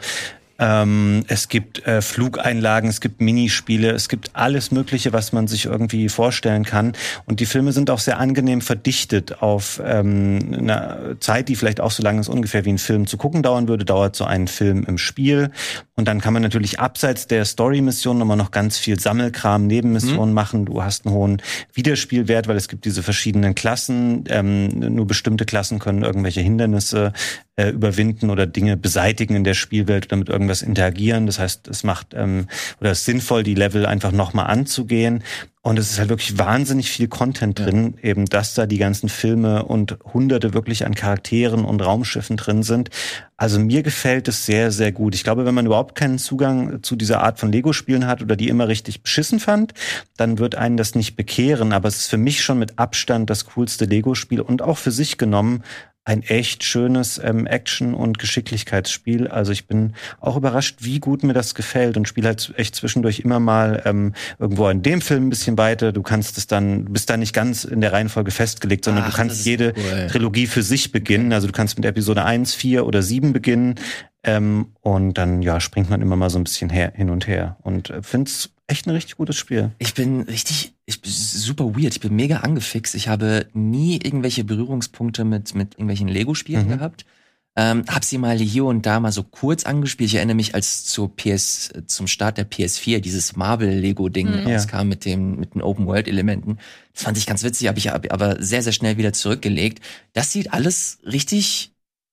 Ähm, es gibt äh, Flugeinlagen, es gibt Minispiele, es gibt alles Mögliche, was man sich irgendwie vorstellen kann. Und die Filme sind auch sehr angenehm verdichtet auf ähm, eine Zeit, die vielleicht auch so lange ist ungefähr wie ein Film zu gucken dauern würde, dauert so ein Film im Spiel. Und dann kann man natürlich abseits der Story-Mission nochmal noch ganz viel Sammelkram, Nebenmissionen mhm. machen. Du hast einen hohen Wiederspielwert, weil es gibt diese verschiedenen Klassen. Ähm, nur bestimmte Klassen können irgendwelche Hindernisse äh, überwinden oder Dinge beseitigen in der Spielwelt oder mit irgendwas interagieren. Das heißt, es macht ähm, oder es ist sinnvoll, die Level einfach nochmal anzugehen. Und es ist halt wirklich wahnsinnig viel Content drin, ja. eben, dass da die ganzen Filme und Hunderte wirklich an Charakteren und Raumschiffen drin sind. Also mir gefällt es sehr, sehr gut. Ich glaube, wenn man überhaupt keinen Zugang zu dieser Art von Lego-Spielen hat oder die immer richtig beschissen fand, dann wird einen das nicht bekehren. Aber es ist für mich schon mit Abstand das coolste Lego-Spiel und auch für sich genommen ein echt schönes ähm, Action- und Geschicklichkeitsspiel. Also ich bin auch überrascht, wie gut mir das gefällt und spiele halt echt zwischendurch immer mal ähm, irgendwo in dem Film ein bisschen weiter. Du kannst es dann, du bist da nicht ganz in der Reihenfolge festgelegt, sondern Ach, du kannst jede cool. Trilogie für sich beginnen. Also du kannst mit Episode eins, vier oder sieben beginnen. Ähm, und dann ja springt man immer mal so ein bisschen her, hin und her. Und äh, find's echt ein richtig gutes Spiel. Ich bin richtig, ich bin super weird. Ich bin mega angefixt. Ich habe nie irgendwelche Berührungspunkte mit mit irgendwelchen Lego-Spielen mhm. gehabt. Ähm, hab sie mal hier und da mal so kurz angespielt. Ich erinnere mich, als zur P S, zum Start der P S vier dieses Marvel-Lego-Ding mhm. rauskam mit dem mit den Open-World-Elementen. Das fand ich ganz witzig, habe ich aber sehr, sehr schnell wieder zurückgelegt. Das sieht alles richtig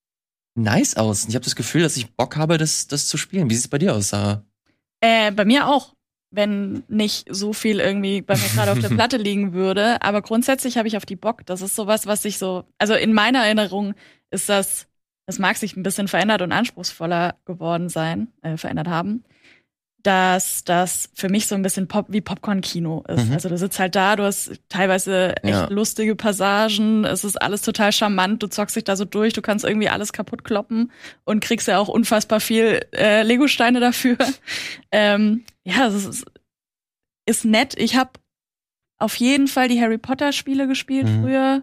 nice aus. Und ich habe das Gefühl, dass ich Bock habe, das, das zu spielen. Wie sieht's bei dir aus, Sarah? Äh, bei mir auch. Wenn nicht so viel irgendwie bei mir gerade auf der Platte liegen würde. Aber grundsätzlich habe ich auf die Bock. Das ist sowas, was ich so, also in meiner Erinnerung ist das, das mag sich ein bisschen verändert und anspruchsvoller geworden sein, äh, verändert haben, dass das für mich so ein bisschen Pop, wie Popcorn-Kino ist. Mhm. Also du sitzt halt da, du hast teilweise echt ja. lustige Passagen, es ist alles total charmant, du zockst dich da so durch, du kannst irgendwie alles kaputt kloppen und kriegst ja auch unfassbar viel äh, Lego-Steine dafür. ähm, ja, es ist, ist nett. Ich habe auf jeden Fall die Harry Potter-Spiele gespielt mhm. früher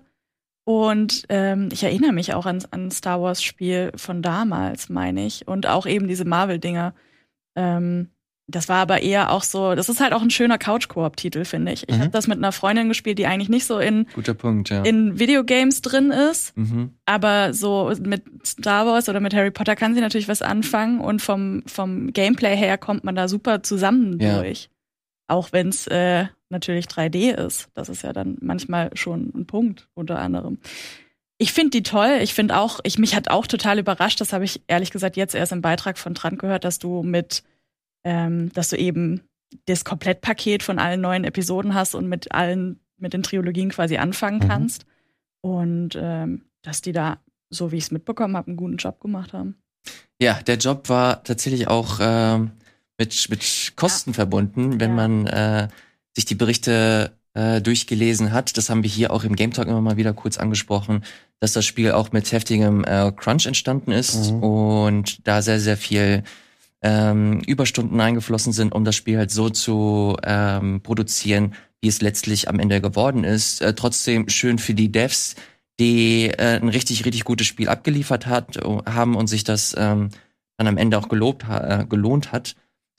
und ähm, ich erinnere mich auch an an Star Wars-Spiel von damals, meine ich, und auch eben diese Marvel-Dinger. Ähm, Das war aber eher auch so, das ist halt auch ein schöner Couch-Koop-Titel, finde ich. Ich mhm. habe das mit einer Freundin gespielt, die eigentlich nicht so in, Guter Punkt, ja. in Videogames drin ist. Mhm. Aber so mit Star Wars oder mit Harry Potter kann sie natürlich was anfangen. Und vom, vom Gameplay her kommt man da super zusammen ja. durch. Auch wenn es äh, natürlich drei D ist. Das ist ja dann manchmal schon ein Punkt, unter anderem. Ich finde die toll. Ich finde auch, ich mich hat auch total überrascht, das habe ich ehrlich gesagt jetzt erst im Beitrag von Trant gehört, dass du mit Ähm, dass du eben das Komplettpaket von allen neuen Episoden hast und mit allen, mit den Trilogien quasi anfangen kannst. Mhm. Und ähm, dass die da, so wie ich es mitbekommen habe, einen guten Job gemacht haben. Ja, der Job war tatsächlich auch ähm, mit, mit Kosten ja. verbunden, wenn ja. man äh, sich die Berichte äh, durchgelesen hat. Das haben wir hier auch im Game Talk immer mal wieder kurz angesprochen, dass das Spiel auch mit heftigem äh, Crunch entstanden ist mhm. und da sehr, sehr viel ähm, Überstunden eingeflossen sind, um das Spiel halt so zu ähm, produzieren, wie es letztlich am Ende geworden ist. Äh, trotzdem schön für die Devs, die äh, ein richtig, richtig gutes Spiel abgeliefert hat, haben und sich das ähm, dann am Ende auch gelobt, äh, gelohnt hat.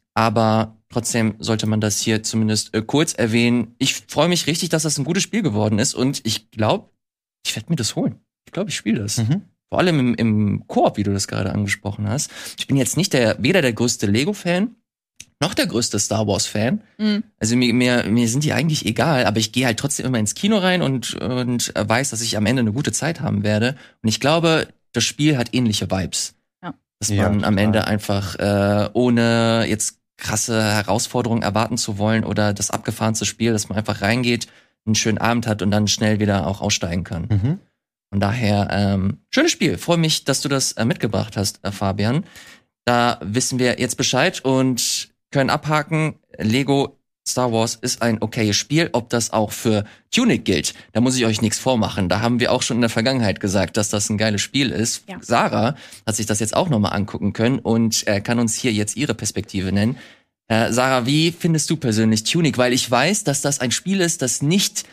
Aber trotzdem sollte man das hier zumindest äh, kurz erwähnen. Ich freue mich richtig, dass das ein gutes Spiel geworden ist und ich glaube, ich werde mir das holen. Ich glaube, ich spiele das. Mhm. Vor allem im, im Koop, wie du das gerade angesprochen hast. Ich bin jetzt nicht der, weder der größte Lego-Fan, noch der größte Star Wars-Fan. Mhm. Also mir, mir, mir sind die eigentlich egal, aber ich gehe halt trotzdem immer ins Kino rein und, und weiß, dass ich am Ende eine gute Zeit haben werde. Und ich glaube, das Spiel hat ähnliche Vibes. Ja. Dass man ja, am Ende einfach äh, ohne jetzt krasse Herausforderungen erwarten zu wollen oder das abgefahrenste Spiel, dass man einfach reingeht, einen schönen Abend hat und dann schnell wieder auch aussteigen kann. Mhm. Von daher, ähm, schönes Spiel. Freue mich, dass du das äh, mitgebracht hast, äh, Fabian. Da wissen wir jetzt Bescheid und können abhaken. Lego Star Wars ist ein okayes Spiel. Ob das auch für Tunic gilt, da muss ich euch nichts vormachen. Da haben wir auch schon in der Vergangenheit gesagt, dass das ein geiles Spiel ist. Ja. Sarah hat sich das jetzt auch nochmal angucken können und äh, kann uns hier jetzt ihre Perspektive nennen. Äh, Sarah, wie findest du persönlich Tunic? Weil ich weiß, dass das ein Spiel ist, das nicht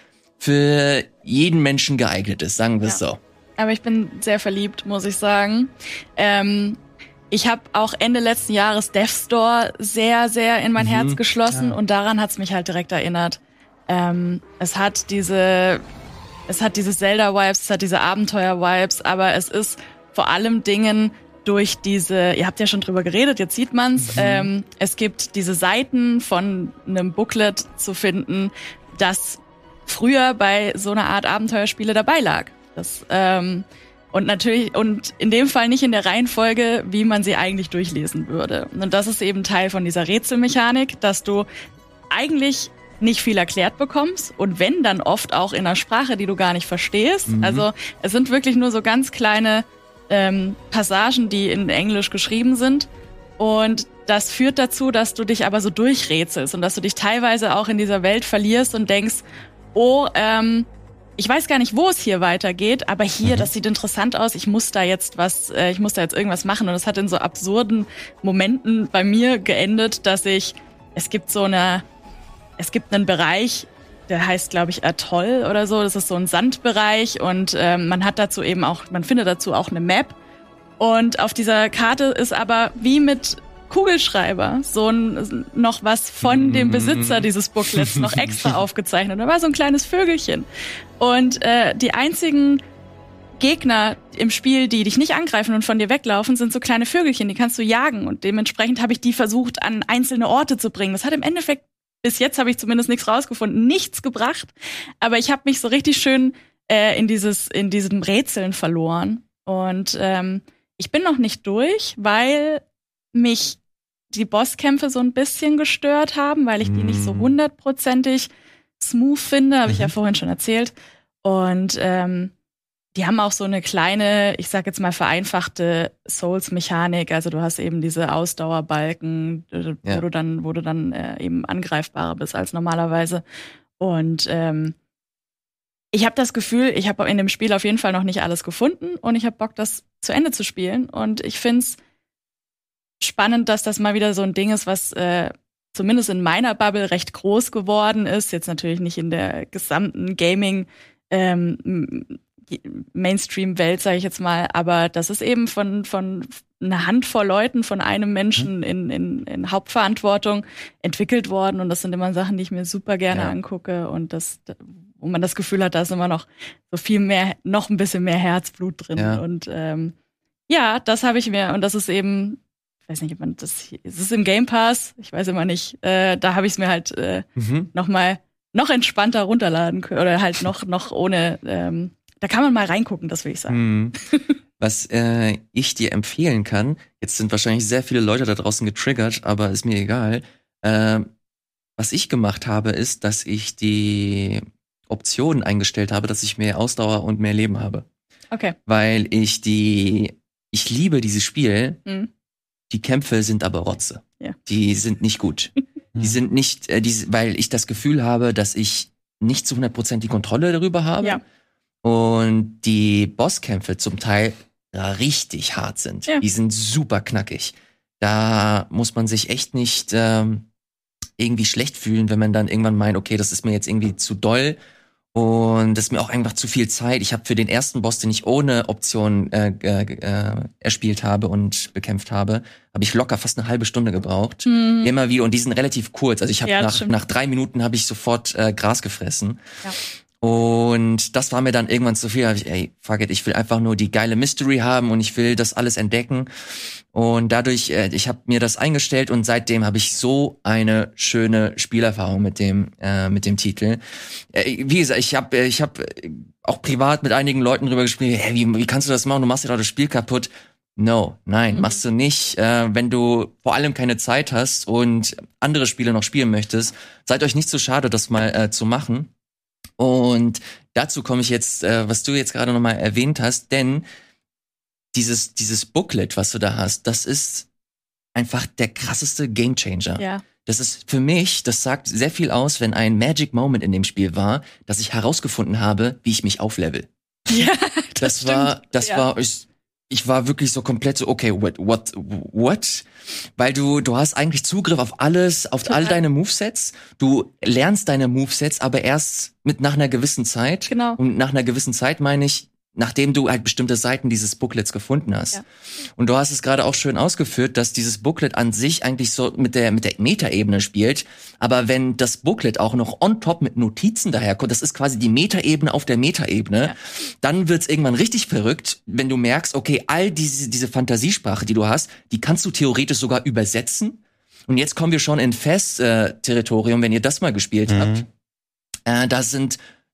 für jeden Menschen geeignet ist, sagen wir es ja. so. Aber ich bin sehr verliebt, muss ich sagen. Ähm Ich habe auch Ende letzten Jahres Death Store sehr, sehr in mein mhm, Herz geschlossen ja. und daran hat's mich halt direkt erinnert. Ähm, es hat diese, es hat diese Zelda-Vibes, es hat diese Abenteuer-Vibes, aber es ist vor allem Dingen durch diese, ihr habt ja schon drüber geredet, jetzt sieht man's, mhm. ähm, es gibt diese Seiten von einem Booklet zu finden, das früher bei so einer Art Abenteuerspiele dabei lag. Das, ähm, Und natürlich, und in dem Fall nicht in der Reihenfolge, wie man sie eigentlich durchlesen würde. Und das ist eben Teil von dieser Rätselmechanik, dass du eigentlich nicht viel erklärt bekommst und wenn, dann oft auch in einer Sprache, die du gar nicht verstehst. Mhm. Also es sind wirklich nur so ganz kleine ähm, Passagen, die in Englisch geschrieben sind. Und das führt dazu, dass du dich aber so durchrätselst und dass du dich teilweise auch in dieser Welt verlierst und denkst, oh, ähm, ich weiß gar nicht, wo es hier weitergeht, aber hier, mhm. das sieht interessant aus, ich muss da jetzt was, äh, ich muss da jetzt irgendwas machen. Und es hat in so absurden Momenten bei mir geendet, dass ich, es gibt so eine, es gibt einen Bereich, der heißt, glaube ich, Atoll oder so. Das ist so ein Sandbereich und ähm, man hat dazu eben auch, man findet dazu auch eine Map. Und auf dieser Karte ist aber wie mit Kugelschreiber so ein, noch was von dem Besitzer dieses Booklets noch extra aufgezeichnet. Da war so ein kleines Vögelchen. Und äh, die einzigen Gegner im Spiel, die dich nicht angreifen und von dir weglaufen, sind so kleine Vögelchen, die kannst du jagen. Und dementsprechend habe ich die versucht, an einzelne Orte zu bringen. Das hat im Endeffekt, bis jetzt habe ich zumindest nichts rausgefunden, nichts gebracht. Aber ich habe mich so richtig schön äh, in dieses in diesem Rätseln verloren. Und ähm, ich bin noch nicht durch, weil mich die Bosskämpfe so ein bisschen gestört haben, weil ich die nicht so hundertprozentig smooth finde, habe ich ja vorhin schon erzählt. Und ähm, die haben auch so eine kleine, ich sag jetzt mal vereinfachte Souls-Mechanik. Also du hast eben diese Ausdauerbalken, wo ja. du dann, wo du dann äh, eben angreifbarer bist als normalerweise. Und ähm, ich habe das Gefühl, ich habe in dem Spiel auf jeden Fall noch nicht alles gefunden und ich habe Bock, das zu Ende zu spielen. Und ich find's spannend, dass das mal wieder so ein Ding ist, was äh, zumindest in meiner Bubble recht groß geworden ist. Jetzt natürlich nicht in der gesamten Gaming ähm, Mainstream-Welt, sage ich jetzt mal, aber das ist eben von von einer Handvoll Leuten, von einem Menschen in, in, in Hauptverantwortung entwickelt worden. Und das sind immer Sachen, die ich mir super gerne ja. angucke und das, wo man das Gefühl hat, da ist immer noch so viel mehr, noch ein bisschen mehr Herzblut drin. Ja. Und ähm, ja, das habe ich mir, und das ist eben, ich weiß nicht, ob man das, es ist im Game Pass, ich weiß immer nicht, äh, da habe ich es mir halt äh, mhm. noch mal noch entspannter runterladen können oder halt noch noch ohne, ähm, da kann man mal reingucken, das will ich sagen. Mhm. Was äh, ich dir empfehlen kann, jetzt sind wahrscheinlich sehr viele Leute da draußen getriggert, aber ist mir egal. Äh, was ich gemacht habe, ist, dass ich die Optionen eingestellt habe, dass ich mehr Ausdauer und mehr Leben habe. Okay. Weil ich die, ich liebe dieses Spiel. Mhm. Die Kämpfe sind aber Rotze. Ja. Die sind nicht gut. Die sind nicht, äh, die, weil ich das Gefühl habe, dass ich nicht zu hundert Prozent die Kontrolle darüber habe. Ja. Und die Bosskämpfe zum Teil ja, richtig hart sind. Ja. Die sind super knackig. Da muss man sich echt nicht ähm, irgendwie schlecht fühlen, wenn man dann irgendwann meint, okay, das ist mir jetzt irgendwie zu doll und das ist mir auch einfach zu viel Zeit. Ich habe für den ersten Boss, den ich ohne Option äh, äh, erspielt habe und bekämpft habe, habe ich locker fast eine halbe Stunde gebraucht. Mhm. Immer wieder, und die sind relativ kurz. Also ich habe Ja, das nach, stimmt. nach drei Minuten habe ich sofort äh, Gras gefressen. Ja. Und das war mir dann irgendwann zu viel. Da hab ich, ey, fuck it, ich will einfach nur die geile Mystery haben und ich will das alles entdecken. Und dadurch, äh, ich habe mir das eingestellt und seitdem habe ich so eine schöne Spielerfahrung mit dem äh, mit dem Titel. Äh, wie gesagt, ich habe ich habe auch privat mit einigen Leuten drüber gesprochen. Hey, wie, wie kannst du das machen? Du machst ja doch das Spiel kaputt. No, nein, Mhm. machst du nicht. Äh, wenn du vor allem keine Zeit hast und andere Spiele noch spielen möchtest, seid euch nicht so schade, das mal äh, zu machen. Und dazu komme ich jetzt, äh, was du jetzt gerade nochmal erwähnt hast, denn dieses, dieses Booklet, was du da hast, das ist einfach der krasseste Gamechanger. Ja. Das ist für mich, das sagt sehr viel aus, wenn ein Magic Moment in dem Spiel war, dass ich herausgefunden habe, wie ich mich auflevel. Ja, Das, das, war, stimmt. das ja. war, ich, ich war wirklich so komplett so, okay, what, what, what? Weil du, du hast eigentlich Zugriff auf alles, auf Total. all deine Movesets. Du lernst deine Movesets, aber erst mit nach einer gewissen Zeit. Genau. Und nach einer gewissen Zeit meine ich, nachdem du halt bestimmte Seiten dieses Booklets gefunden hast. Ja. Und du hast es gerade auch schön ausgeführt, dass dieses Booklet an sich eigentlich so mit der mit der Metaebene spielt. Aber wenn das Booklet auch noch on top mit Notizen daherkommt, das ist quasi die Metaebene auf der Metaebene, Ja. dann wird's irgendwann richtig verrückt, wenn du merkst, okay, all diese diese Fantasiesprache, die du hast, die kannst du theoretisch sogar übersetzen. Und jetzt kommen wir schon in Fest-Territorium, wenn ihr das mal gespielt Mhm. habt. Äh, da sind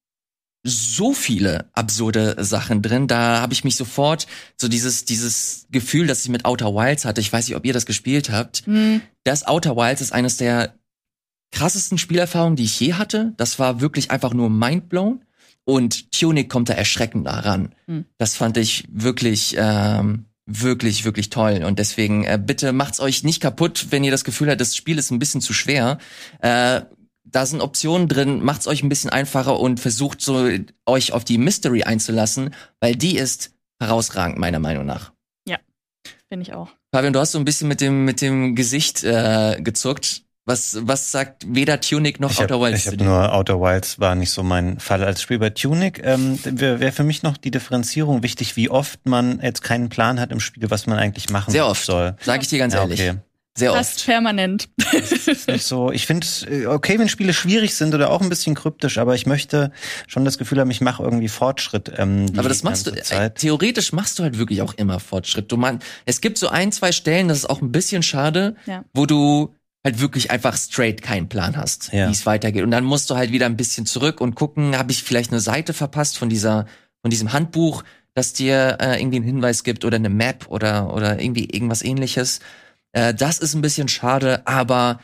so viele absurde Sachen drin. Da habe ich mich sofort so dieses dieses Gefühl, das ich mit Outer Wilds hatte. Ich weiß nicht, ob ihr das gespielt habt. Mhm. Das Outer Wilds ist eines der krassesten Spielerfahrungen, die ich je hatte. Das war wirklich einfach nur mindblown. Und Tunic kommt da erschreckend nah ran. Hm. Das fand ich wirklich, ähm, wirklich, wirklich toll. Und deswegen, äh, bitte macht's euch nicht kaputt, wenn ihr das Gefühl habt, das Spiel ist ein bisschen zu schwer. Äh, da sind Optionen drin, macht's euch ein bisschen einfacher und versucht so, euch auf die Mystery einzulassen, weil die ist herausragend, meiner Meinung nach. Finde ich auch. Fabian, du hast so ein bisschen mit dem, mit dem Gesicht äh, gezuckt. Was, was sagt weder Tunic noch Ich habe Outer Wilds hab zu dir? nur Outer Wilds war nicht so mein Fall als Spiel. Bei Tunic ähm, wäre wär für mich noch die Differenzierung wichtig, wie oft man jetzt keinen Plan hat im Spiel, was man eigentlich machen Sehr oft, soll. sag ich dir ganz Ja, ehrlich. okay. Sehr Fast oft. permanent. Nicht so, ich finde es okay, wenn Spiele schwierig sind oder auch ein bisschen kryptisch, aber ich möchte schon das Gefühl haben, ich mache irgendwie Fortschritt. Ähm, die Aber das machst du, ganze äh, Zeit. theoretisch machst du halt wirklich auch immer Fortschritt. Du man, es gibt so ein, zwei Stellen, das ist auch ein bisschen schade, Ja. wo du halt wirklich einfach straight keinen Plan hast, Ja. wie es weitergeht. Und dann musst du halt wieder ein bisschen zurück und gucken, habe ich vielleicht eine Seite verpasst von dieser, von diesem Handbuch, das dir äh, irgendwie einen Hinweis gibt oder eine Map oder, oder irgendwie irgendwas ähnliches. Äh, das ist ein bisschen schade, aber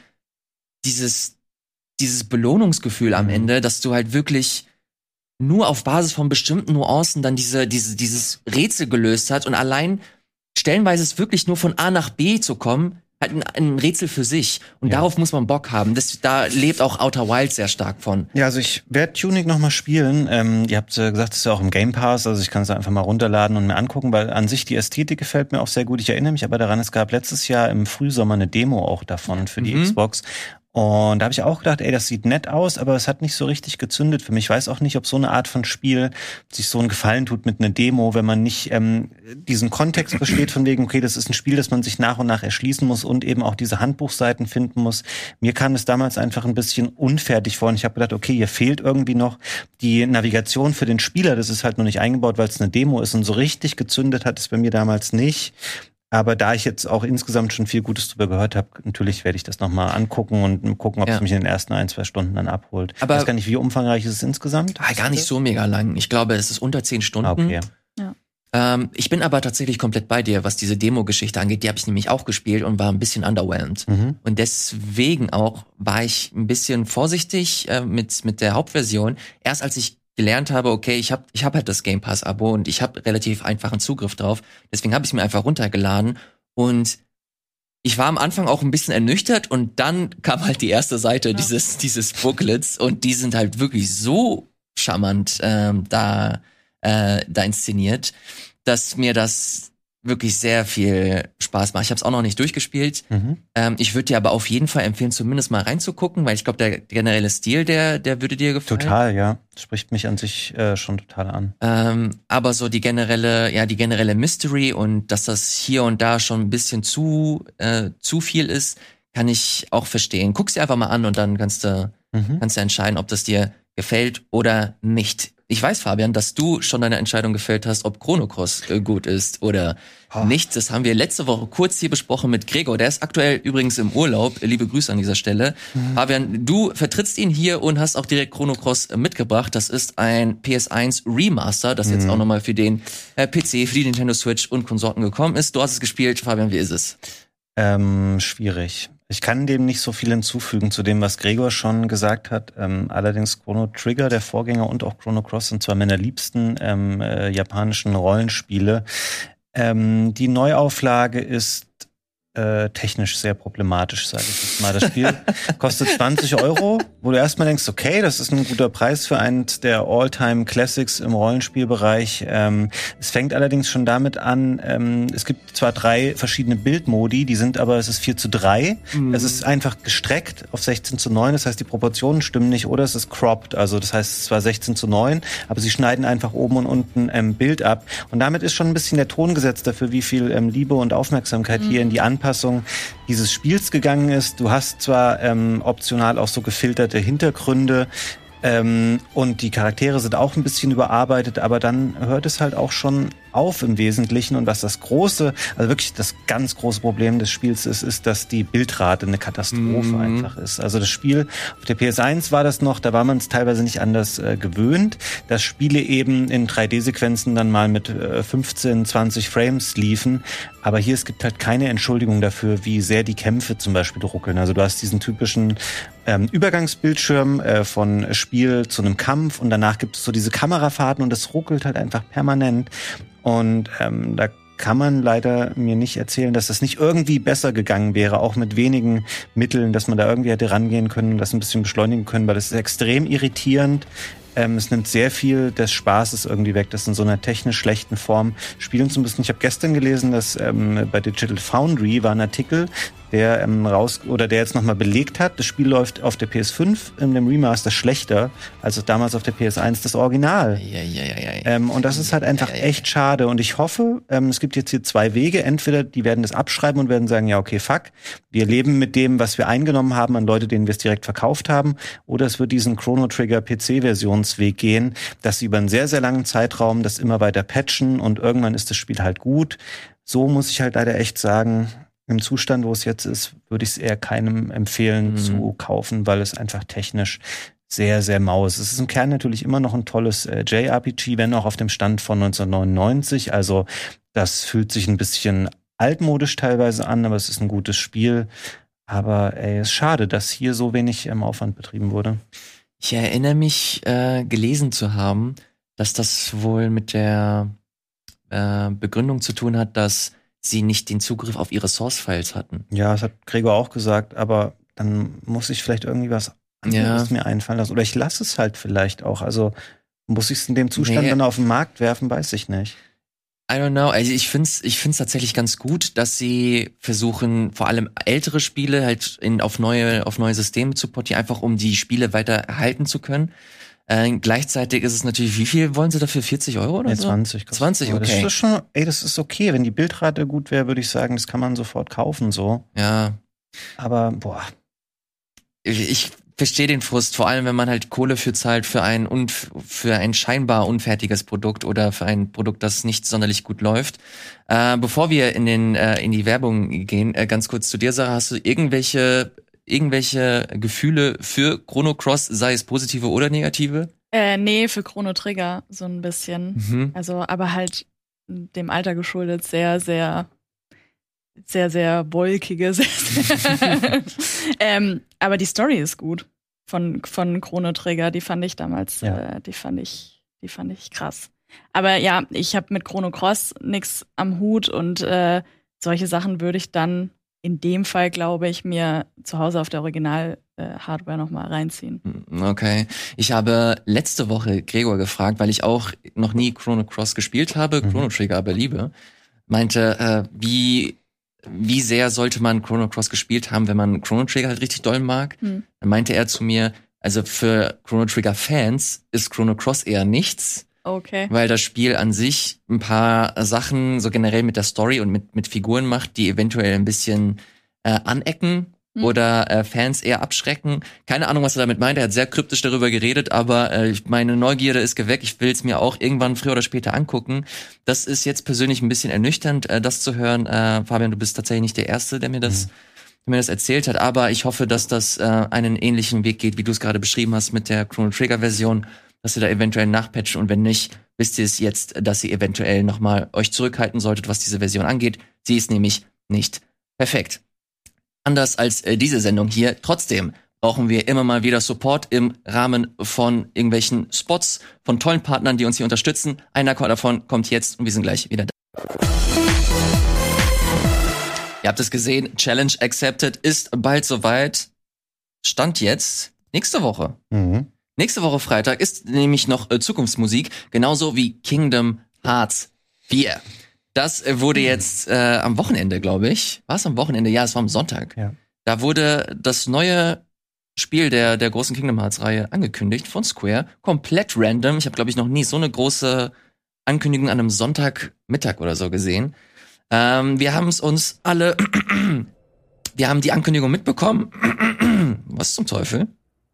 dieses, dieses Belohnungsgefühl am Mhm. Ende, dass du halt wirklich nur auf Basis von bestimmten Nuancen dann diese, diese, dieses Rätsel gelöst hat und allein stellenweise ist wirklich nur von A nach B zu kommen, halt ein, ein Rätsel für sich. Und Ja. darauf muss man Bock haben. Das, da lebt auch Outer Wilds sehr stark von. Ja, also ich werde Tunic noch mal spielen. Ähm, ihr habt äh, gesagt, es ist ja auch im Game Pass, also ich kann es einfach mal runterladen und mir angucken, weil an sich die Ästhetik gefällt mir auch sehr gut. Ich erinnere mich aber daran, es gab letztes Jahr im Frühsommer eine Demo auch davon für die Mhm. Xbox. Und da habe ich auch gedacht, ey, das sieht nett aus, aber es hat nicht so richtig gezündet für mich. Ich weiß auch nicht, ob so eine Art von Spiel sich so einen Gefallen tut mit einer Demo, wenn man nicht ähm, diesen Kontext versteht von wegen, okay, das ist ein Spiel, das man sich nach und nach erschließen muss und eben auch diese Handbuchseiten finden muss. Mir kam es damals einfach ein bisschen unfertig vor und ich habe gedacht, okay, hier fehlt irgendwie noch die Navigation für den Spieler. Das ist halt noch nicht eingebaut, weil es eine Demo ist und so richtig gezündet hat es bei mir damals nicht. Aber da ich jetzt auch insgesamt schon viel Gutes drüber gehört habe, natürlich werde ich das nochmal angucken und gucken, ob Ja. es mich in den ersten ein, zwei Stunden dann abholt. Aber- ich weiß gar nicht, wie umfangreich ist es insgesamt? Ah, gar nicht so mega lang. Ich glaube, es ist unter zehn Stunden. Ah, okay. Ähm, ich bin aber tatsächlich komplett bei dir, was diese Demo-Geschichte angeht. Die habe ich nämlich auch gespielt und war ein bisschen underwhelmed. Mhm. Und deswegen auch war ich ein bisschen vorsichtig äh, mit mit der Hauptversion. Erst als ich gelernt habe, okay, ich habe ich hab halt das Game Pass-Abo und ich habe relativ einfachen Zugriff drauf. Deswegen habe ich es mir einfach runtergeladen und ich war am Anfang auch ein bisschen ernüchtert und dann kam halt die erste Seite ja. dieses dieses Booklets und die sind halt wirklich so charmant ähm, da äh, da inszeniert, dass mir das wirklich sehr viel Spaß macht. Ich habe es auch noch nicht durchgespielt. Mhm. Ähm, ich würde dir aber auf jeden Fall empfehlen, zumindest mal reinzugucken, weil ich glaube, der generelle Stil, der der würde dir gefallen. Total, ja. Spricht mich an sich äh, schon total an. Ähm, aber so die generelle, ja, die generelle Mystery und dass das hier und da schon ein bisschen zu äh, zu viel ist, kann ich auch verstehen. Guck's dir einfach mal an und dann kannst du mhm. kannst du entscheiden, ob das dir gefällt oder nicht. Ich weiß, Fabian, dass du schon deine Entscheidung gefällt hast, ob Chrono Cross äh, gut ist oder oh. nicht. Das haben wir letzte Woche kurz hier besprochen mit Gregor. Der ist aktuell übrigens im Urlaub. Liebe Grüße an dieser Stelle. Mhm. Fabian, du vertrittst ihn hier und hast auch direkt Chrono Cross äh, mitgebracht. Das ist ein P S eins Remaster, das mhm. jetzt auch nochmal für den äh, P C, für die Nintendo Switch und Konsorten gekommen ist. Du hast es gespielt. Fabian, wie ist es? Ähm, schwierig. Ich kann dem nicht so viel hinzufügen zu dem, was Gregor schon gesagt hat. Ähm, allerdings Chrono Trigger, der Vorgänger, und auch Chrono Cross sind zwei meiner liebsten ähm, äh, japanischen Rollenspiele. Ähm, die Neuauflage ist äh, technisch sehr problematisch, sage ich jetzt mal. Das Spiel kostet zwanzig Euro, wo du erstmal denkst, okay, das ist ein guter Preis für eins der All-Time-Classics im Rollenspielbereich. Ähm, es fängt allerdings schon damit an, ähm, es gibt zwar drei verschiedene Bildmodi, die sind aber, es ist vier zu drei. Mhm. Es ist einfach gestreckt auf sechzehn zu neun, das heißt, die Proportionen stimmen nicht, oder es ist cropped, also das heißt, es ist zwar sechzehn zu neun, aber sie schneiden einfach oben und unten ähm, Bild ab. Und damit ist schon ein bisschen der Ton gesetzt dafür, wie viel ähm, Liebe und Aufmerksamkeit mhm. hier in die Anpassung dieses Spiels gegangen ist. Du hast zwar ähm, optional auch so gefilterte Hintergründe ähm, und die Charaktere sind auch ein bisschen überarbeitet, aber dann hört es halt auch schon auf im Wesentlichen. Und was das große, also wirklich das ganz große Problem des Spiels ist, ist, dass die Bildrate eine Katastrophe mhm. einfach ist. Also das Spiel auf der P S eins war das noch, da war man es teilweise nicht anders äh, gewöhnt, dass Spiele eben in drei D-Sequenzen dann mal mit äh, fünfzehn, zwanzig Frames liefen. Aber hier, es gibt halt keine Entschuldigung dafür, wie sehr die Kämpfe zum Beispiel ruckeln. Also du hast diesen typischen ähm, Übergangsbildschirm äh, von Spiel zu einem Kampf und danach gibt es so diese Kamerafahrten und das ruckelt halt einfach permanent. Und ähm, da kann man leider mir nicht erzählen, dass das nicht irgendwie besser gegangen wäre, auch mit wenigen Mitteln, dass man da irgendwie hätte rangehen können und das ein bisschen beschleunigen können, weil das ist extrem irritierend. Ähm, es nimmt sehr viel des Spaßes irgendwie weg, das in so einer technisch schlechten Form spielen zu müssen. Ich habe gestern gelesen, dass ähm, bei Digital Foundry war ein Artikel, der ähm, raus oder der jetzt nochmal belegt hat, das Spiel läuft auf der P S fünf in dem Remaster schlechter als damals auf der P S eins das Original. Ja, ja, ja, ja. Ähm, und das ist halt einfach ja, ja, ja. echt schade. Und ich hoffe, ähm, es gibt jetzt hier zwei Wege. Entweder die werden das abschreiben und werden sagen, ja, okay, fuck, wir leben mit dem, was wir eingenommen haben an Leute, denen wir es direkt verkauft haben. Oder es wird diesen Chrono Trigger P C-Versionsweg gehen, dass sie über einen sehr, sehr langen Zeitraum das immer weiter patchen und irgendwann ist das Spiel halt gut. So muss ich halt leider echt sagen, im Zustand, wo es jetzt ist, würde ich es eher keinem empfehlen mhm. zu kaufen, weil es einfach technisch sehr, sehr mau ist. Es ist im Kern natürlich immer noch ein tolles äh, J R P G, wenn auch auf dem Stand von neunzehnhundertneunundneunzig. Also das fühlt sich ein bisschen altmodisch teilweise an, aber es ist ein gutes Spiel. Aber ey, es ist schade, dass hier so wenig ähm, Aufwand betrieben wurde. Ich erinnere mich, äh, gelesen zu haben, dass das wohl mit der äh, Begründung zu tun hat, dass sie nicht den Zugriff auf ihre Source-Files hatten. Ja, das hat Gregor auch gesagt, aber dann muss ich vielleicht irgendwie was anderes ja. mir einfallen lassen. Oder ich lasse es halt vielleicht auch. Also muss ich es in dem Zustand nee. dann auf den Markt werfen, weiß ich nicht. I don't know. Also ich find's, ich find's tatsächlich ganz gut, dass sie versuchen, vor allem ältere Spiele halt in, auf neue, auf neue Systeme zu portieren, einfach um die Spiele weiter erhalten zu können. Äh, gleichzeitig ist es natürlich, wie viel wollen sie dafür? vierzig Euro oder nee, so? zwanzig. zwanzig, okay. Das ist schon, ey, das ist okay. Wenn die Bildrate gut wäre, würde ich sagen, das kann man sofort kaufen, so. Ja. Aber, boah. Ich, ich verstehe den Frust, vor allem wenn man halt Kohle für zahlt für ein unf- für ein scheinbar unfertiges Produkt oder für ein Produkt, das nicht sonderlich gut läuft. Äh, bevor wir in den äh, in die Werbung gehen, äh, ganz kurz zu dir, Sarah, hast du irgendwelche irgendwelche Gefühle für Chrono Cross, sei es positive oder negative? Äh, nee, für Chrono Trigger so ein bisschen. Mhm. Also, aber halt dem Alter geschuldet sehr, sehr, sehr, sehr wolkige. Sehr, sehr ähm, aber die Story ist gut von, von Chrono Trigger. Die fand ich damals, Ja. äh, die fand ich, die fand ich krass. Aber ja, ich habe mit Chrono Cross nix am Hut und äh, solche Sachen würde ich dann in dem Fall, glaube ich, mir zu Hause auf der Original-Hardware noch mal reinziehen. Okay. Ich habe letzte Woche Gregor gefragt, weil ich auch noch nie Chrono Cross gespielt habe, mhm. Chrono Trigger aber liebe. Meinte, äh, wie, wie sehr sollte man Chrono Cross gespielt haben, wenn man Chrono Trigger halt richtig doll mag? Mhm. Dann meinte er zu mir, also für Chrono Trigger Fans ist Chrono Cross eher nichts. Okay. Weil das Spiel an sich ein paar Sachen so generell mit der Story und mit, mit Figuren macht, die eventuell ein bisschen äh, anecken hm. oder äh, Fans eher abschrecken. Keine Ahnung, was er damit meint. Er hat sehr kryptisch darüber geredet, aber äh, meine Neugierde ist geweckt. Ich will es mir auch irgendwann früher oder später angucken. Das ist jetzt persönlich ein bisschen ernüchternd, äh, das zu hören. Äh, Fabian, du bist tatsächlich nicht der Erste, der mir das, hm. der mir das erzählt hat. Aber ich hoffe, dass das äh, einen ähnlichen Weg geht, wie du es gerade beschrieben hast mit der Chrono Trigger Version, dass ihr da eventuell nachpatchen und wenn nicht, wisst ihr es jetzt, dass ihr eventuell nochmal euch zurückhalten solltet, was diese Version angeht. Sie ist nämlich nicht perfekt. Anders als äh, diese Sendung hier. Trotzdem brauchen wir immer mal wieder Support im Rahmen von irgendwelchen Spots, von tollen Partnern, die uns hier unterstützen. Einer davon kommt jetzt und wir sind gleich wieder da. Ihr habt es gesehen, Challenge Accepted ist bald soweit. Stand jetzt nächste Woche. Mhm. Nächste Woche Freitag ist nämlich noch äh, Zukunftsmusik, genauso wie Kingdom Hearts vier. Das äh, wurde jetzt äh, am Wochenende, glaube ich. War es am Wochenende? Ja, es war am Sonntag. Ja. Da wurde das neue Spiel der der großen Kingdom Hearts Reihe angekündigt von Square. Komplett random. Ich habe, glaube ich, noch nie so eine große Ankündigung an einem Sonntagmittag oder so gesehen. Ähm, wir haben es uns alle... wir haben die Ankündigung mitbekommen. Was zum Teufel?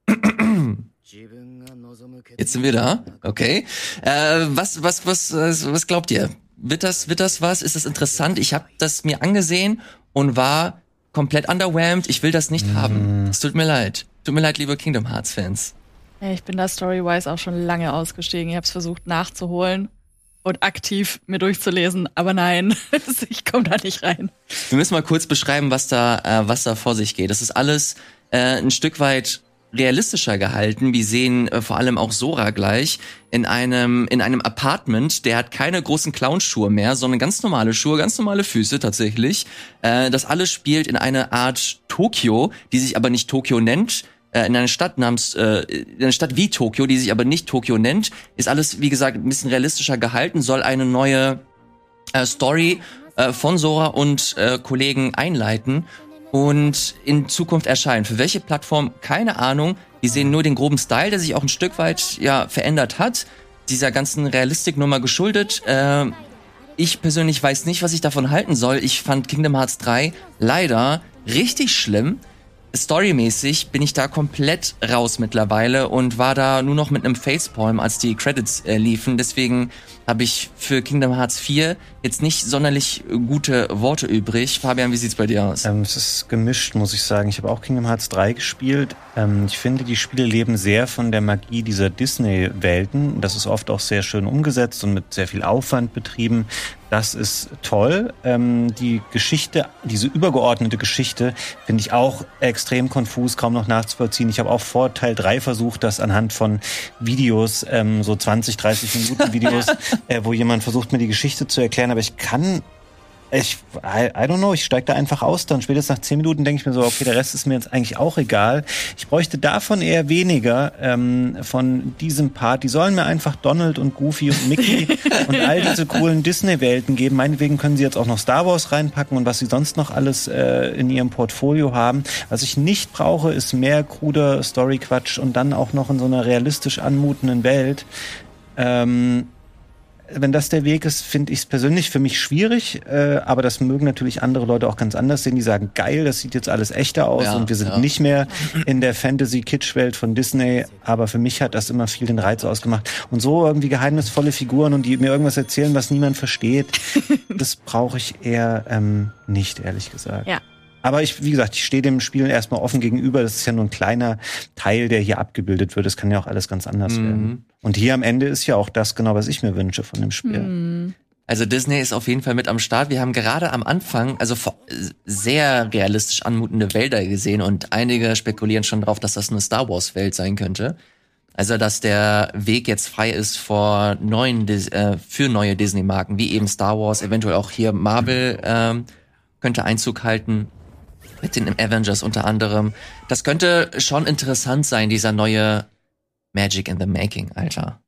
Jetzt sind wir da. Okay. Äh, was, was, was, was glaubt ihr? Wird das, wird das was? Ist das interessant? Ich habe das mir angesehen und war komplett underwhelmed. Ich will das nicht mm. haben. Es tut mir leid. Tut mir leid, liebe Kingdom Hearts Fans. Ich bin da story-wise auch schon lange ausgestiegen. Ich habe es versucht nachzuholen und aktiv mir durchzulesen, aber nein, ich komme da nicht rein. Wir müssen mal kurz beschreiben, was da, äh, was da vor sich geht. Das ist alles äh, ein Stück weit realistischer gehalten. Wir sehen äh, vor allem auch Sora gleich in einem in einem Apartment. Der hat keine großen Clownschuhe mehr, sondern ganz normale Schuhe, ganz normale Füße tatsächlich. Äh, das alles spielt in einer Art Tokio, die sich aber nicht Tokio nennt. Äh, in einer Stadt namens äh, in einer Stadt wie Tokio, die sich aber nicht Tokio nennt. Ist alles, wie gesagt, ein bisschen realistischer gehalten. Soll eine neue äh, Story äh, von Sora und äh, Kollegen einleiten und in Zukunft erscheinen. Für welche Plattform? Keine Ahnung. Wir sehen nur den groben Style, der sich auch ein Stück weit ja verändert hat. Dieser ganzen Realistiknummer geschuldet. Äh, ich persönlich weiß nicht, was ich davon halten soll. Ich fand Kingdom Hearts drei leider richtig schlimm. Storymäßig bin ich da komplett raus mittlerweile und war da nur noch mit einem Facepalm, als die Credits äh, liefen. Deswegen habe ich für Kingdom Hearts vier jetzt nicht sonderlich gute Worte übrig. Fabian, wie sieht's bei dir aus? Ähm, es ist gemischt, muss ich sagen. Ich habe auch Kingdom Hearts drei gespielt. Ähm, ich finde, die Spiele leben sehr von der Magie dieser Disney-Welten. Das ist oft auch sehr schön umgesetzt und mit sehr viel Aufwand betrieben. Das ist toll. Ähm, die Geschichte, diese übergeordnete Geschichte, finde ich auch extrem konfus, kaum noch nachzuvollziehen. Ich habe auch vor Teil drei versucht, das anhand von Videos, ähm, so zwanzig, dreißig Minuten Videos, äh, wo jemand versucht, mir die Geschichte zu erklären, aber ich kann, ich, I, I don't know, ich steige da einfach aus, dann spätestens nach zehn Minuten denke ich mir so, okay, der Rest ist mir jetzt eigentlich auch egal. Ich bräuchte davon eher weniger, ähm, von diesem Part. Die sollen mir einfach Donald und Goofy und Mickey und all diese coolen Disney-Welten geben. Meinetwegen können sie jetzt auch noch Star Wars reinpacken und was sie sonst noch alles äh, in ihrem Portfolio haben. Was ich nicht brauche, ist mehr kruder Story-Quatsch und dann auch noch in so einer realistisch anmutenden Welt. Ähm, Wenn das der Weg ist, finde ich es persönlich für mich schwierig, äh, aber das mögen natürlich andere Leute auch ganz anders sehen, die sagen, geil, das sieht jetzt alles echter aus ja, und wir sind ja. nicht mehr in der Fantasy-Kitsch-Welt von Disney, aber für mich hat das immer viel den Reiz ausgemacht. Und so irgendwie geheimnisvolle Figuren und die mir irgendwas erzählen, was niemand versteht, das brauche ich eher ähm, nicht, ehrlich gesagt. Ja. Aber ich, wie gesagt, ich stehe dem Spiel erstmal offen gegenüber. Das ist ja nur ein kleiner Teil, der hier abgebildet wird. Das kann ja auch alles ganz anders mhm. werden. Und hier am Ende ist ja auch das genau, was ich mir wünsche von dem Spiel. Mhm. Also Disney ist auf jeden Fall mit am Start. Wir haben gerade am Anfang also sehr realistisch anmutende Wälder gesehen und einige spekulieren schon drauf, dass das eine Star Wars Welt sein könnte. Also dass der Weg jetzt frei ist vor neuen äh, für neue Disney Marken wie eben Star Wars, eventuell auch hier Marvel ähm, könnte Einzug halten mit den Avengers unter anderem. Das könnte schon interessant sein, dieser neue Magic in the Making, Alter.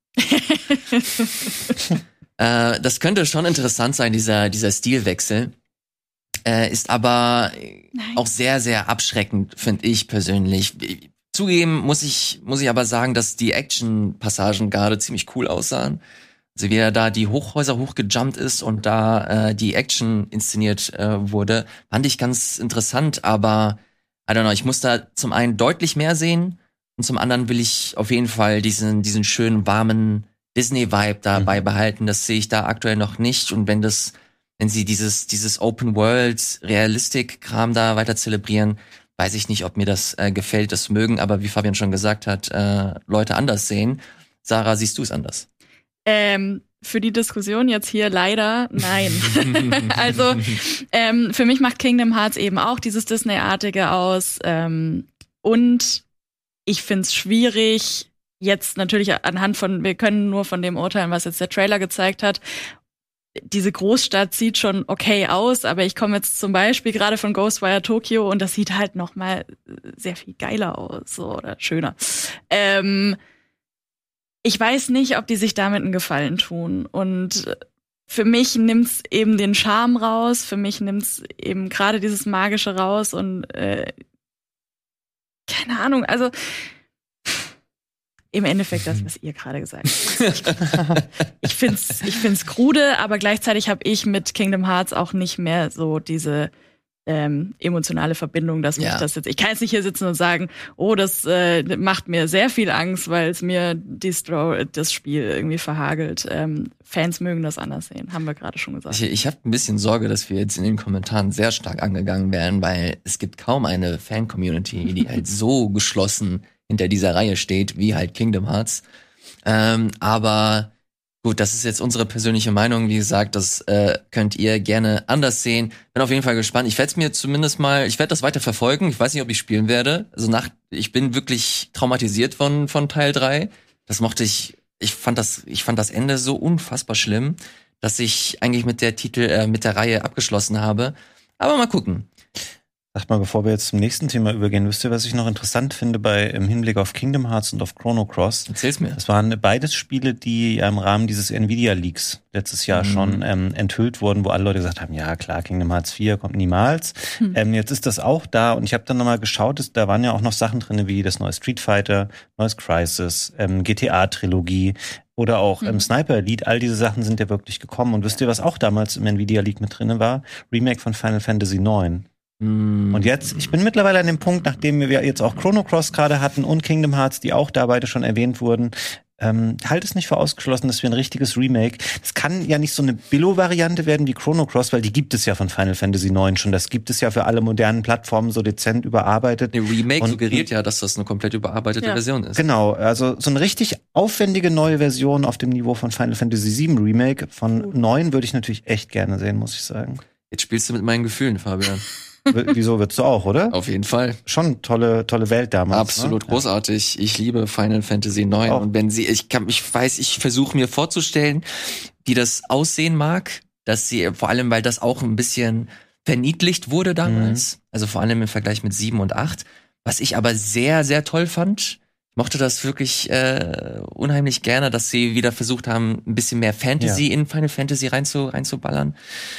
äh, das könnte schon interessant sein, dieser dieser Stilwechsel. Äh, ist aber Nein. auch sehr, sehr abschreckend, finde ich persönlich. Zugeben muss ich muss ich aber sagen, dass die Action-Passagen gerade ziemlich cool aussahen. Also wie er da die Hochhäuser hochgejumpt ist und da äh, die Action inszeniert äh, wurde, fand ich ganz interessant. Aber I don't know, ich muss da zum einen deutlich mehr sehen und zum anderen will ich auf jeden Fall diesen diesen schönen warmen Disney-Vibe dabei mhm. behalten. Das sehe ich da aktuell noch nicht. Und wenn das wenn sie dieses dieses Open World Realistik-Kram da weiter zelebrieren, weiß ich nicht, ob mir das äh, gefällt. Das mögen aber, wie Fabian schon gesagt hat, äh, Leute anders sehen. Sarah, siehst du es anders? Ähm, für die Diskussion jetzt hier leider nein. Also ähm, für mich macht Kingdom Hearts eben auch dieses Disney-artige aus. Ähm, und ich find's schwierig, jetzt natürlich anhand von, wir können nur von dem urteilen, was jetzt der Trailer gezeigt hat. Diese Großstadt sieht schon okay aus, aber ich komme jetzt zum Beispiel gerade von Ghostwire Tokyo und das sieht halt noch mal sehr viel geiler aus, so, oder schöner. Ähm, ich weiß nicht, ob die sich damit einen Gefallen tun. Und für mich nimmt's eben den Charme raus, für mich nimmt's eben gerade dieses Magische raus und äh, keine Ahnung, also im Endeffekt das, was ihr gerade gesagt habt. Ich find's, ich find's krude, aber gleichzeitig habe ich mit Kingdom Hearts auch nicht mehr so diese ähm, emotionale Verbindung, dass mich ja. das jetzt. Ich kann jetzt nicht hier sitzen und sagen, oh, das äh, macht mir sehr viel Angst, weil es mir die Stro- das Spiel irgendwie verhagelt. Ähm, Fans mögen das anders sehen, haben wir gerade schon gesagt. Ich, ich habe ein bisschen Sorge, dass wir jetzt in den Kommentaren sehr stark angegangen werden, weil es gibt kaum eine Fan-Community, die halt so geschlossen hinter dieser Reihe steht, wie halt Kingdom Hearts. Ähm, aber gut, das ist jetzt unsere persönliche Meinung. Wie gesagt, das äh, könnt ihr gerne anders sehen. Bin auf jeden Fall gespannt. Ich werde es mir zumindest mal, ich werde das weiter verfolgen. Ich weiß nicht, ob ich spielen werde. Also nach, ich bin wirklich traumatisiert von von Teil drei. Das mochte ich. Ich fand das, ich fand das Ende so unfassbar schlimm, dass ich eigentlich mit der Titel, äh, mit der Reihe abgeschlossen habe. Aber mal gucken. Sag mal, bevor wir jetzt zum nächsten Thema übergehen, wisst ihr, was ich noch interessant finde bei im Hinblick auf Kingdom Hearts und auf Chrono Cross? Erzähl's mir. Das waren beides Spiele, die im Rahmen dieses Nvidia Leaks letztes Jahr mhm. schon ähm, enthüllt wurden, wo alle Leute gesagt haben, ja klar, Kingdom Hearts vier kommt niemals. Mhm. Ähm, jetzt ist das auch da und ich habe dann nochmal geschaut, dass, da waren ja auch noch Sachen drin, wie das neue Street Fighter, neues Crysis, ähm, G T A-Trilogie oder auch mhm. ähm, Sniper Elite. All diese Sachen sind ja wirklich gekommen. Und wisst ihr, was auch damals im Nvidia Leak mit drin war? Remake von Final Fantasy neun. Und jetzt, ich bin mittlerweile an dem Punkt, nachdem wir jetzt auch Chrono Cross gerade hatten und Kingdom Hearts, die auch da beide schon erwähnt wurden, ähm, halt es nicht für ausgeschlossen, dass wir ein richtiges Remake, das kann ja nicht so eine Billo-Variante werden wie Chrono Cross, weil die gibt es ja von Final Fantasy neun schon, das gibt es ja für alle modernen Plattformen so dezent überarbeitet. Der Remake und, suggeriert ja, dass das eine komplett überarbeitete ja. Version ist. Genau, also so eine richtig aufwendige neue Version auf dem Niveau von Final Fantasy sieben Remake von neun würde ich natürlich echt gerne sehen, muss ich sagen. Jetzt spielst du mit meinen Gefühlen, Fabian. Wieso würdest du auch, oder? Auf jeden Fall. Schon tolle, tolle Welt damals. Absolut ne? großartig. Ich liebe Final Fantasy neun. Und wenn sie, ich kann, ich weiß, ich versuche mir vorzustellen, wie das aussehen mag, dass sie, vor allem, weil das auch ein bisschen verniedlicht wurde damals. Mhm. Also vor allem im Vergleich mit sieben und acht. Was ich aber sehr, sehr toll fand. Ich mochte das wirklich äh, unheimlich gerne, dass sie wieder versucht haben, ein bisschen mehr Fantasy ja. in Final Fantasy reinzu, reinzuballern.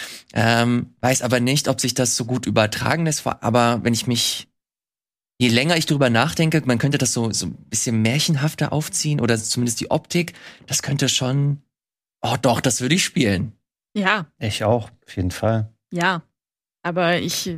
Ähm, weiß aber nicht, ob sich das so gut übertragen lässt, aber wenn ich mich, je länger ich drüber nachdenke, man könnte das so, so ein bisschen märchenhafter aufziehen oder zumindest die Optik, das könnte schon, oh doch, das würde ich spielen. Ja. Ich auch, auf jeden Fall. Ja, aber ich,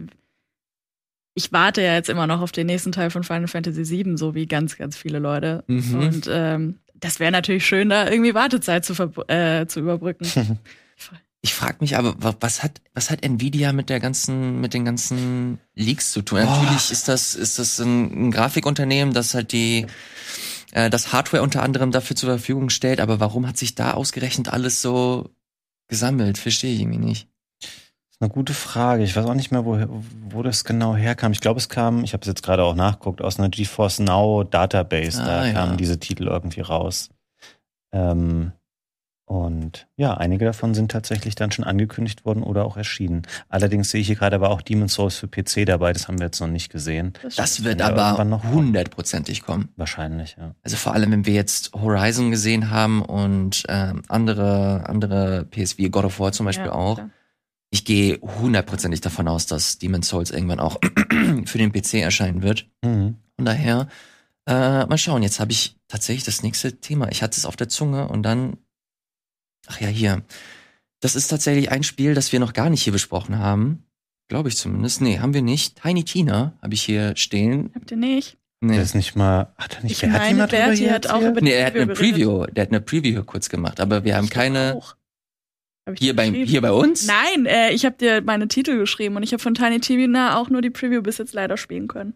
ich warte ja jetzt immer noch auf den nächsten Teil von Final Fantasy sieben, so wie ganz, ganz viele Leute. Mhm. Und ähm, das wäre natürlich schön, da irgendwie Wartezeit zu, ver- äh, zu überbrücken. Ich frage mich aber, was hat was hat Nvidia mit der ganzen mit den ganzen Leaks zu tun? Oh. Natürlich ist das ist das ein, ein Grafikunternehmen, das halt die äh, das Hardware unter anderem dafür zur Verfügung stellt, aber warum hat sich da ausgerechnet alles so gesammelt? Verstehe ich irgendwie nicht. Das ist eine gute Frage. Ich weiß auch nicht mehr, wo, wo das genau herkam. Ich glaube, es kam, ich habe es jetzt gerade auch nachgeguckt, aus einer GeForce Now Database. Ah, da ja. kamen diese Titel irgendwie raus. Ähm, und ja, einige davon sind tatsächlich dann schon angekündigt worden oder auch erschienen. Allerdings sehe ich hier gerade aber auch Demon's Souls für P C dabei. Das haben wir jetzt noch nicht gesehen. Das wird Ja, aber irgendwann noch kommen. hundertprozentig kommen. Wahrscheinlich, ja. Also vor allem, wenn wir jetzt Horizon gesehen haben und ähm, andere, andere P S V, God of War zum Beispiel Ja, auch. klar. Ich gehe hundertprozentig davon aus, dass Demon's Souls irgendwann auch für den P C erscheinen wird. Mhm. Von daher, äh, mal schauen. Jetzt habe ich tatsächlich das nächste Thema. Ich hatte es auf der Zunge und dann, ach ja, hier. Das ist tatsächlich ein Spiel, das wir noch gar nicht hier besprochen haben. Glaube ich zumindest. Nee, haben wir nicht. Tiny Tina habe ich hier stehen. Habt ihr nicht? Nee. Der ist nicht mal, hat er nicht Ich Berti meine, mal drüber Berti hier hat auch erzählt? über Nee, er hat eine geredet. Preview, der hat eine Preview kurz gemacht, aber wir haben Ich doch keine auch. Hab ich hier dir bei geschrieben? hier bei uns. Nein, äh, ich habe dir meine Titel geschrieben und ich habe von Tiny Tina auch nur die Preview bis jetzt leider spielen können.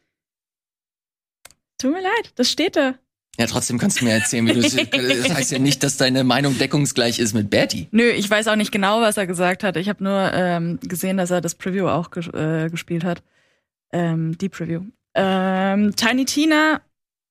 Tut mir leid, das steht da. Ja, trotzdem kannst du mir erzählen, wie du es. Das heißt ja nicht, dass deine Meinung deckungsgleich ist mit Berti. Nö, ich weiß auch nicht genau, was er gesagt hat. Ich habe nur ähm, gesehen, dass er das Preview auch ges äh, gespielt hat. Ähm, die Preview. Ähm, Tiny Tina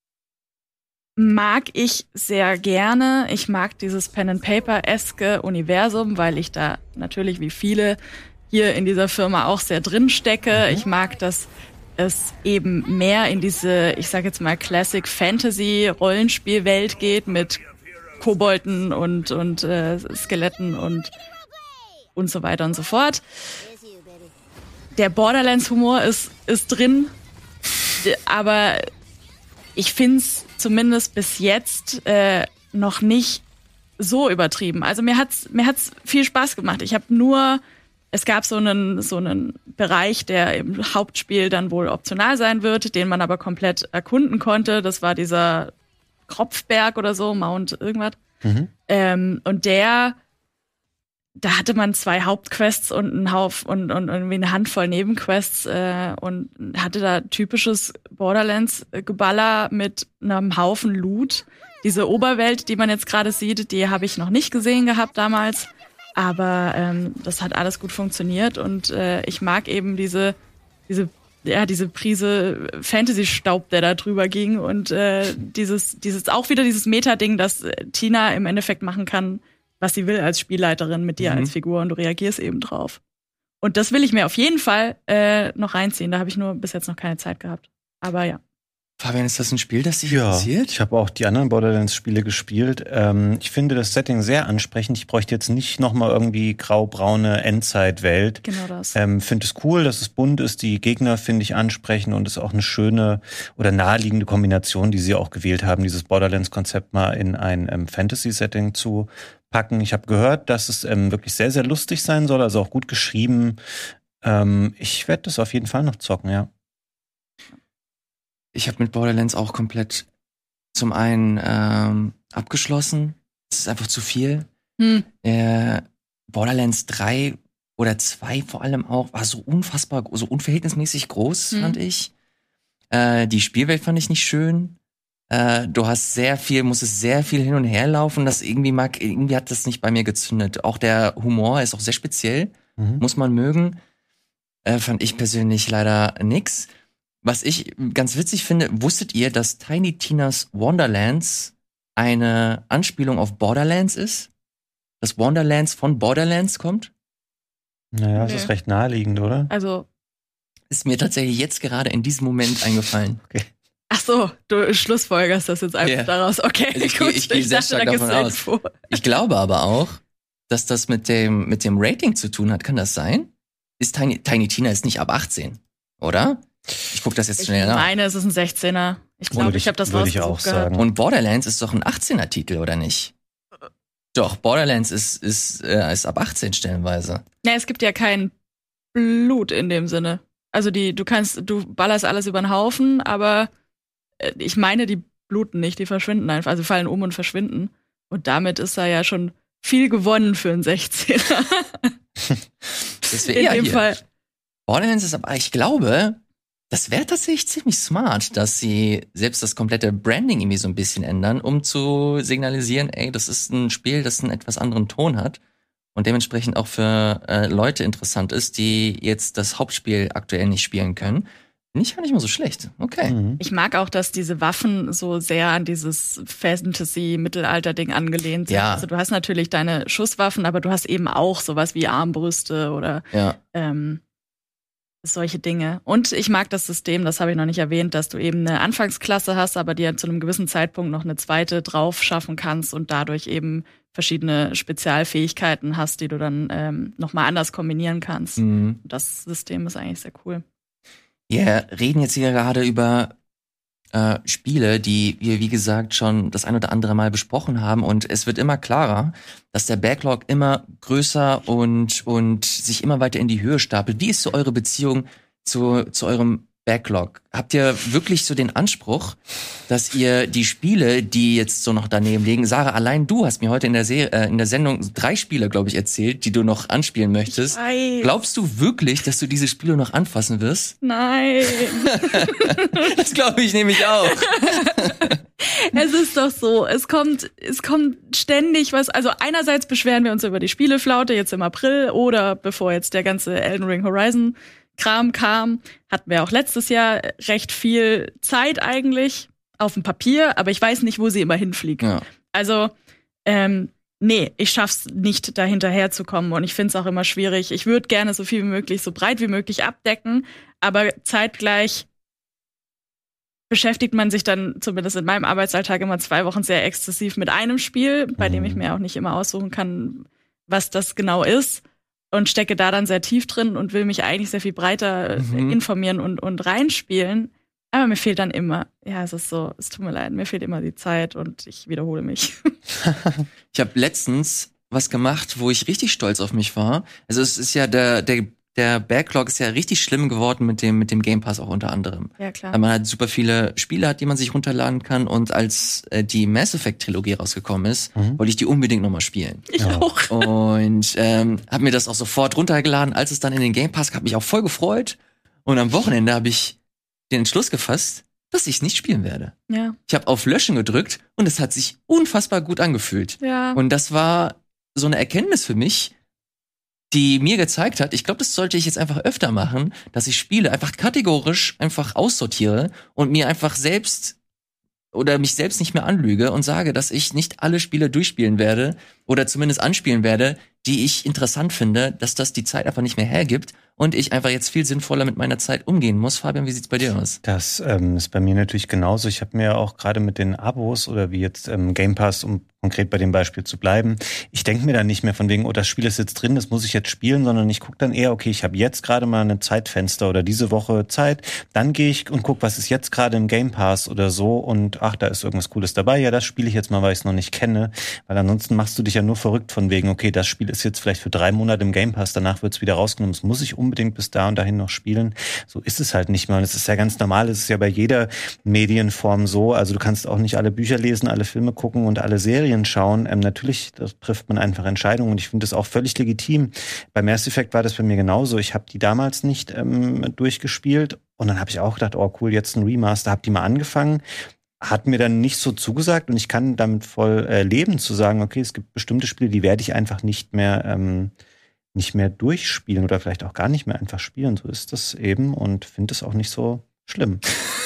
mag ich sehr gerne. Ich mag dieses Pen-and-Paper-eske Universum, weil ich da natürlich wie viele hier in dieser Firma auch sehr drin stecke. Mhm. Ich mag, dass es eben mehr in diese, ich sag jetzt mal, Classic Fantasy Rollenspielwelt geht mit Kobolden und, und äh, Skeletten und, und so weiter und so fort. Der Borderlands-Humor ist, ist drin, aber ich find's zumindest bis jetzt äh, noch nicht so übertrieben. Also mir hat's mir hat's viel Spaß gemacht. Ich habe nur, es gab so einen so einen Bereich, der im Hauptspiel dann wohl optional sein wird, den man aber komplett erkunden konnte. Das war dieser Kropfberg oder so, Mount irgendwas. Mhm. Ähm, und der, da hatte man zwei Hauptquests und einen Hauf und, und irgendwie eine Handvoll Nebenquests äh, und hatte da typisches Borderlands-Geballer mit einem Haufen Loot. Diese Oberwelt, die man jetzt gerade sieht, die habe ich noch nicht gesehen gehabt damals. Aber ähm, das hat alles gut funktioniert und äh, ich mag eben diese, diese, ja, diese Prise Fantasy-Staub, der da drüber ging und äh, dieses, dieses auch wieder dieses Meta-Ding, das äh, Tina im Endeffekt machen kann, was sie will als Spielleiterin mit dir Mhm. als Figur und du reagierst eben drauf. Und das will ich mir auf jeden Fall äh, noch reinziehen. Da habe ich nur bis jetzt noch keine Zeit gehabt. Aber ja. Fabian, ist das ein Spiel, das dich Ja, interessiert? ich habe auch die anderen Borderlands-Spiele gespielt. Ähm, ich finde das Setting sehr ansprechend. Ich bräuchte jetzt nicht noch mal irgendwie grau-braune Endzeitwelt. Genau das. Ähm, finde es cool, dass es bunt ist. Die Gegner finde ich ansprechend und ist auch eine schöne oder naheliegende Kombination, die sie auch gewählt haben, dieses Borderlands-Konzept mal in ein ähm, Fantasy-Setting zu packen. Ich habe gehört, dass es ähm, wirklich sehr, sehr lustig sein soll, also auch gut geschrieben. Ähm, ich werde das auf jeden Fall noch zocken, ja. Ich habe mit Borderlands auch komplett zum einen ähm, abgeschlossen. Es ist einfach zu viel. Hm. Äh, Borderlands drei oder zwei vor allem auch, war so unfassbar, so unverhältnismäßig groß, Hm. fand ich. Äh, die Spielwelt fand ich nicht schön. Äh, du hast sehr viel, musstest sehr viel hin und her laufen. Das irgendwie mag, irgendwie hat das nicht bei mir gezündet. Auch der Humor ist auch sehr speziell. Mhm. Muss man mögen. Äh, fand ich persönlich leider nix. Was ich ganz witzig finde, wusstet ihr, dass Tiny Tinas Wonderlands eine Anspielung auf Borderlands ist? Dass Wonderlands von Borderlands kommt? Naja, es Nee. ist recht naheliegend, oder? Also, Ist mir tatsächlich jetzt gerade in diesem Moment eingefallen. ach so, du schlussfolgerst das jetzt einfach Ja. daraus. Okay, Also ich gut. gehe- ich gehe sehr dachte, stark da gibt's davon eine aus. Info. Ich glaube aber auch, dass das mit dem, mit dem Rating zu tun hat. Kann das sein? Ist Tiny, Tiny Tina ist nicht ab achtzehn, oder? Ich guck das jetzt Ich schnell nach. meine, es ist ein sechzehner. Ich glaube, Würde ich ich- habe das würde ich rausgesucht auch sagen. gehabt. Und Borderlands ist doch ein achtzehner-Titel, oder nicht? Doch, Borderlands ist, ist, äh, ist ab achtzehn stellenweise. Nee, es gibt ja kein Blut in dem Sinne. Also die, du kannst, du ballerst alles über den Haufen, aber äh, ich meine, die bluten nicht, die verschwinden einfach, also fallen um und verschwinden. Und damit ist da ja schon viel gewonnen für einen sechzehner. Das In wäre eher dem hier. Fall. Borderlands ist aber, ich glaube, das wäre tatsächlich ziemlich smart, dass sie selbst das komplette Branding irgendwie so ein bisschen ändern, um zu signalisieren, ey, das ist ein Spiel, das einen etwas anderen Ton hat. und dementsprechend auch für äh, Leute interessant ist, die jetzt das Hauptspiel aktuell nicht spielen können. Nicht gar nicht mal so schlecht. Okay. Mhm. Ich mag auch, dass diese Waffen so sehr an dieses Fantasy-Mittelalter-Ding angelehnt sind. Ja. Also du hast natürlich deine Schusswaffen, aber du hast eben auch sowas wie Armbrüste oder ja. ähm, solche Dinge. Und ich mag das System, das habe ich noch nicht erwähnt, dass du eben eine Anfangsklasse hast, aber dir zu einem gewissen Zeitpunkt noch eine zweite drauf schaffen kannst und dadurch eben verschiedene Spezialfähigkeiten hast, die du dann ähm, nochmal anders kombinieren kannst. Mhm. Das System ist eigentlich sehr cool. Wir reden jetzt hier gerade über äh, Spiele, die wir, wie gesagt, schon das ein oder andere Mal besprochen haben. Und es wird immer klarer, dass der Backlog immer größer und, und sich immer weiter in die Höhe stapelt. Wie ist so eure Beziehung zu, zu eurem Backlog? Habt ihr wirklich so den Anspruch, dass ihr die Spiele, die jetzt so noch daneben liegen, Sarah, allein du hast mir heute in der, Se- äh, in der Sendung drei Spiele, glaube ich, erzählt, die du noch anspielen möchtest. Nein. Glaubst du wirklich, dass du diese Spiele noch anfassen wirst? Nein. Das glaube ich nämlich auch. Es ist doch so, es kommt, es kommt ständig was, also einerseits beschweren wir uns über die Spieleflaute jetzt im April oder bevor jetzt der ganze Elden Ring Horizon Kram kam, hatten wir auch letztes Jahr recht viel Zeit eigentlich auf dem Papier, aber ich weiß nicht, wo sie immer hinfliegt. Ja. Also, ähm, nee, ich schaff's nicht, da hinterherzukommen und ich find's auch immer schwierig. Ich würde gerne so viel wie möglich, so breit wie möglich abdecken, aber zeitgleich beschäftigt man sich dann, zumindest in meinem Arbeitsalltag, immer zwei Wochen sehr exzessiv mit einem Spiel, bei mhm. dem ich mir auch nicht immer aussuchen kann, was das genau ist. Und stecke da dann sehr tief drin und will mich eigentlich sehr viel breiter mhm. informieren und, und reinspielen. Aber mir fehlt dann immer, ja, es ist so, es tut mir leid, mir fehlt immer die Zeit und ich wiederhole mich. Ich habe letztens was gemacht, wo ich richtig stolz auf mich war. Also es ist ja der, der, der Backlog ist ja richtig schlimm geworden mit dem, mit dem Game Pass auch unter anderem. Ja, klar. Weil man halt super viele Spiele hat, die man sich runterladen kann. Und als äh, die Mass Effect Trilogie rausgekommen ist, mhm. wollte ich die unbedingt nochmal spielen. Ich ja. auch. Und ähm, habe mir das auch sofort runtergeladen. Als es dann in den Game Pass kam, habe mich auch voll gefreut. Und am Wochenende habe ich den Entschluss gefasst, dass ich es nicht spielen werde. Ja. Ich habe auf Löschen gedrückt und es hat sich unfassbar gut angefühlt. Ja. Und das war so eine Erkenntnis für mich, die mir gezeigt hat, ich glaube, das sollte ich jetzt einfach öfter machen, dass ich Spiele einfach kategorisch einfach aussortiere und mir einfach selbst oder mich selbst nicht mehr anlüge und sage, dass ich nicht alle Spiele durchspielen werde oder zumindest anspielen werde, die ich interessant finde, dass das die Zeit einfach nicht mehr hergibt und ich einfach jetzt viel sinnvoller mit meiner Zeit umgehen muss. Fabian, wie sieht's bei dir aus? Das ähm, ist bei mir natürlich genauso. Ich habe mir auch gerade mit den Abos oder wie jetzt ähm, Game Pass, um konkret bei dem Beispiel zu bleiben, ich denke mir dann nicht mehr von wegen, oh, das Spiel ist jetzt drin, das muss ich jetzt spielen, sondern ich gucke dann eher, okay, ich habe jetzt gerade mal ein Zeitfenster oder diese Woche Zeit, dann gehe ich und gucke, was ist jetzt gerade im Game Pass oder so und ach, da ist irgendwas Cooles dabei, ja, das spiele ich jetzt mal, weil ich es noch nicht kenne, weil ansonsten machst du dich ja nur verrückt von wegen, okay, das Spiel ist jetzt vielleicht für drei Monate im Game Pass, danach wird es wieder rausgenommen, das muss ich unbedingt bis da und dahin noch spielen. So ist es halt nicht mehr und es ist ja ganz normal, es ist ja bei jeder Medienform so, also du kannst auch nicht alle Bücher lesen, alle Filme gucken und alle Serien schauen. Ähm, natürlich das trifft man einfach Entscheidungen und ich finde das auch völlig legitim. Bei Mass Effect war das bei mir genauso. Ich habe die damals nicht ähm, durchgespielt und dann habe ich auch gedacht, oh cool, jetzt ein Remaster, habe die mal angefangen. Hat mir dann nicht so zugesagt und ich kann damit voll äh, leben, zu sagen, okay, es gibt bestimmte Spiele, die werde ich einfach nicht mehr ähm, nicht mehr durchspielen oder vielleicht auch gar nicht mehr einfach spielen. So ist das eben und finde es auch nicht so schlimm.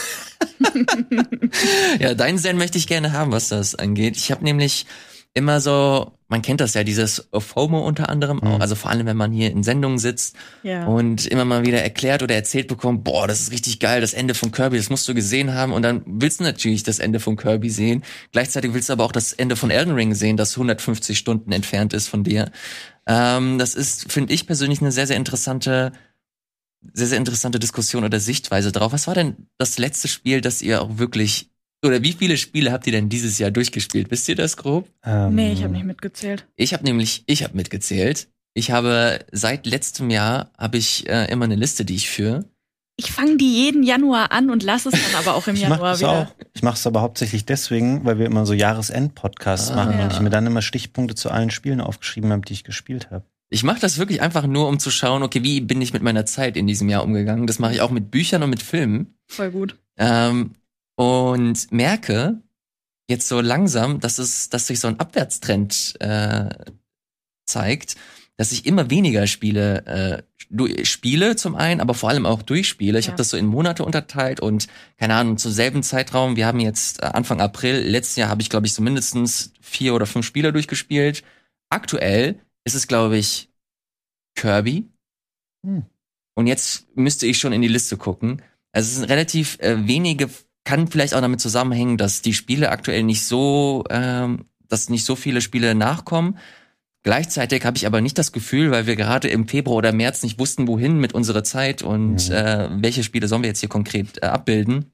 Ja, deinen Zen möchte ich gerne haben, was das angeht. Ich habe nämlich immer so, man kennt das ja, dieses FOMO unter anderem auch, mhm. also vor allem, wenn man hier in Sendungen sitzt ja. und immer mal wieder erklärt oder erzählt bekommt, boah, das ist richtig geil, das Ende von Kirby, das musst du gesehen haben und dann willst du natürlich das Ende von Kirby sehen. Gleichzeitig willst du aber auch das Ende von Elden Ring sehen, das hundertfünfzig Stunden entfernt ist von dir. Ähm, das ist, finde ich persönlich, eine sehr, sehr interessante sehr, sehr interessante Diskussion oder Sichtweise drauf. Was war denn das letzte Spiel, das ihr auch wirklich, oder wie viele Spiele habt ihr denn dieses Jahr durchgespielt? Wisst ihr das grob? Ähm, nee, ich habe nicht mitgezählt. Ich habe nämlich, ich habe mitgezählt. Ich habe seit letztem Jahr habe ich äh, immer eine Liste, die ich führe. Ich fange die jeden Januar an und lasse es dann aber auch im ich Januar mach wieder. Auch. Ich mache es aber hauptsächlich deswegen, weil wir immer so Jahresend-Podcasts ah, machen ja. und ich mir dann immer Stichpunkte zu allen Spielen aufgeschrieben habe, die ich gespielt habe. Ich mache das wirklich einfach nur, um zu schauen, okay, wie bin ich mit meiner Zeit in diesem Jahr umgegangen. Das mache ich auch mit Büchern und mit Filmen. Voll gut. Ähm, und merke jetzt so langsam, dass es, dass sich so ein Abwärtstrend äh, zeigt, dass ich immer weniger Spiele äh, du, spiele zum einen, aber vor allem auch durchspiele. Ich Ja. habe das so in Monate unterteilt und keine Ahnung, zum selben Zeitraum, wir haben jetzt äh, Anfang April, letztes Jahr habe ich glaube ich so mindestens vier oder fünf Spiele durchgespielt. Aktuell ist es glaube ich Kirby. Hm. Und jetzt müsste ich schon in die Liste gucken. Also es sind relativ äh, wenige, kann vielleicht auch damit zusammenhängen, dass die Spiele aktuell nicht so, ähm, dass nicht so viele Spiele nachkommen. Gleichzeitig habe ich aber nicht das Gefühl, weil wir gerade im Februar oder März nicht wussten, wohin mit unserer Zeit und Mhm. äh, welche Spiele sollen wir jetzt hier konkret äh, abbilden.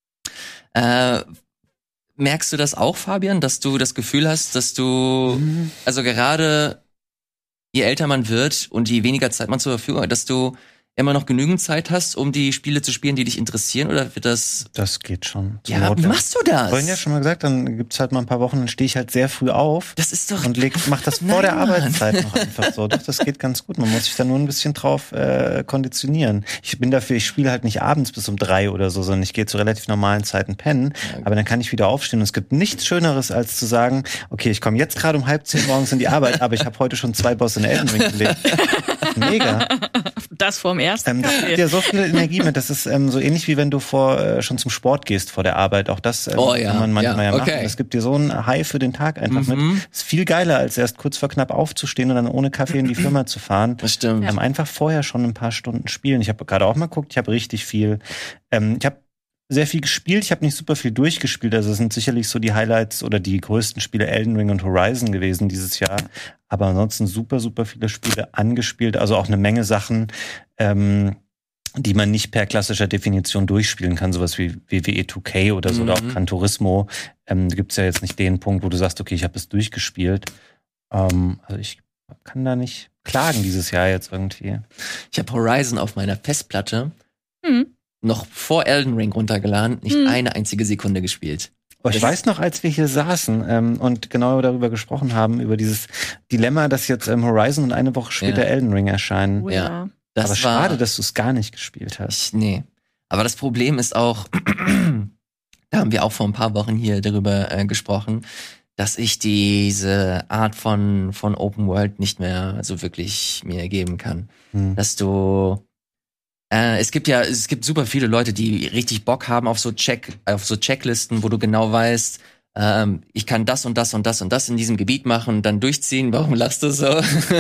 Äh, merkst du das auch, Fabian, dass du das Gefühl hast, dass du, Mhm. also gerade je älter man wird und je weniger Zeit man zur Verfügung hat, dass du immer noch genügend Zeit hast, um die Spiele zu spielen, die dich interessieren, oder wird das... Das geht schon. Zur Ja, Not, wie machst du das? Vorhin ja schon mal gesagt, dann gibt's halt mal ein paar Wochen, dann stehe ich halt sehr früh auf Das ist doch... und leg, mach das vor Nein, der Mann. Arbeitszeit noch einfach so. Doch, das geht ganz gut. Man muss sich da nur ein bisschen drauf äh, konditionieren. Ich bin dafür, ich spiele halt nicht abends bis um drei oder so, sondern ich gehe zu relativ normalen Zeiten pennen. Ja. Aber dann kann ich wieder aufstehen. Und es gibt nichts Schöneres, als zu sagen, okay, ich komme jetzt gerade um halb zehn morgens in die Arbeit, aber ich habe heute schon zwei Bosse in Elden Ring gelegt. Mega. Das vorm ersten Ähm, das Kaffee. gibt dir so viel Energie mit. Das ist ähm, so ähnlich wie wenn du vor äh, schon zum Sport gehst vor der Arbeit. Auch das ähm, Oh ja, kann man manchmal ja, ja, machen. okay. Das gibt dir so ein High für den Tag einfach Mhm. mit. Ist viel geiler, als erst kurz vor knapp aufzustehen und dann ohne Kaffee in die Firma zu fahren. Das stimmt. Ähm, einfach vorher schon ein paar Stunden spielen. Ich habe gerade auch mal geguckt, ich habe richtig viel. Ähm, ich habe sehr viel gespielt, ich habe nicht super viel durchgespielt, also es sind sicherlich so die Highlights oder die größten Spiele Elden Ring und Horizon gewesen dieses Jahr, aber ansonsten super, super viele Spiele angespielt, also auch eine Menge Sachen, ähm, die man nicht per klassischer Definition durchspielen kann, sowas wie W W E zwei K oder so, Mhm. oder auch Gran Turismo, ähm, da gibt's ja jetzt nicht den Punkt, wo du sagst, okay, ich habe es durchgespielt, ähm, also ich kann da nicht klagen dieses Jahr jetzt irgendwie. Ich habe Horizon auf meiner Festplatte Hm. noch vor Elden Ring runtergeladen, nicht Hm. eine einzige Sekunde gespielt. Aber ich Das- weiß noch, als wir hier saßen ähm, und genau darüber gesprochen haben, über dieses Dilemma, dass jetzt ähm, Horizon und eine Woche später Ja. Elden Ring erscheinen. Oh, Ja. ja. Das Aber war schade, dass du es gar nicht gespielt hast. ich, nee. Aber das Problem ist auch, da haben wir auch vor ein paar Wochen hier darüber äh, gesprochen, dass ich diese Art von von Open World nicht mehr so wirklich mir geben kann. Hm. Dass du äh, es gibt ja, es gibt super viele Leute, die richtig Bock haben auf so Check, auf so Checklisten, wo du genau weißt, ähm, ich kann das und das und das und das in diesem Gebiet machen und dann durchziehen. Warum lachst du so?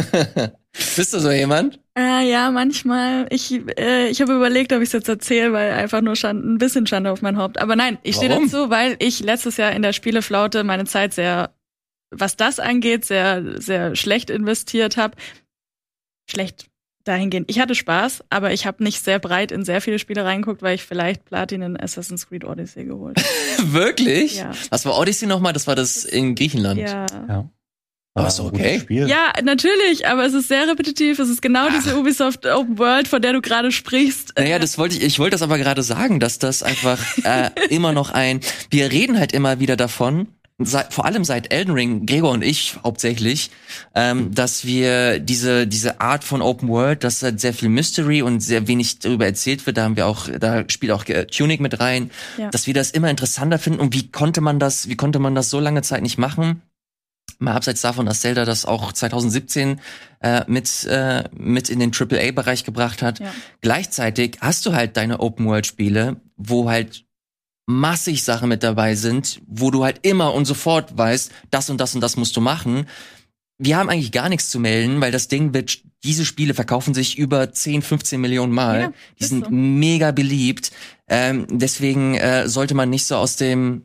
Bist du so jemand? Äh, ja, manchmal. Ich, äh, ich habe überlegt, ob ich es jetzt erzähle, weil einfach nur Schande, ein bisschen Schande auf mein Haupt. Aber nein, ich stehe Warum? dazu, weil ich letztes Jahr in der Spieleflaute meine Zeit sehr, was das angeht, sehr, sehr schlecht investiert habe. Schlecht dahingehend. Ich hatte Spaß, aber ich habe nicht sehr breit in sehr viele Spiele reingeguckt, weil ich vielleicht Platin in Assassin's Creed Odyssey geholt habe. Wirklich? Ja. Was war Odyssey nochmal? Das war das in Griechenland. Ja. Ja. Aber ist ein okay. gutes Spiel. Ja, natürlich, aber es ist sehr repetitiv. Es ist genau diese Ubisoft Open World, von der du gerade sprichst. Naja, das wollte ich, ich wollte das aber gerade sagen, dass das einfach äh, immer noch ein, wir reden halt immer wieder davon, seit, vor allem seit Elden Ring, Gregor und ich hauptsächlich, ähm, dass wir diese diese Art von Open World, dass halt sehr viel Mystery und sehr wenig darüber erzählt wird, da haben wir auch, da spielt auch äh, Tunic mit rein, Ja. dass wir das immer interessanter finden und wie konnte man das, wie konnte man das so lange Zeit nicht machen? Mal abseits davon, dass Zelda das auch zwanzig siebzehn äh, mit äh, mit in den Triple A Bereich gebracht hat. Ja. Gleichzeitig hast du halt deine Open-World-Spiele, wo halt massig Sachen mit dabei sind, wo du halt immer und sofort weißt, das und das und das musst du machen. Wir haben eigentlich gar nichts zu melden, weil das Ding wird, diese Spiele verkaufen sich über zehn, fünfzehn Millionen Mal. Ja, Die ist sind so. mega beliebt. Ähm, deswegen äh, sollte man nicht so aus dem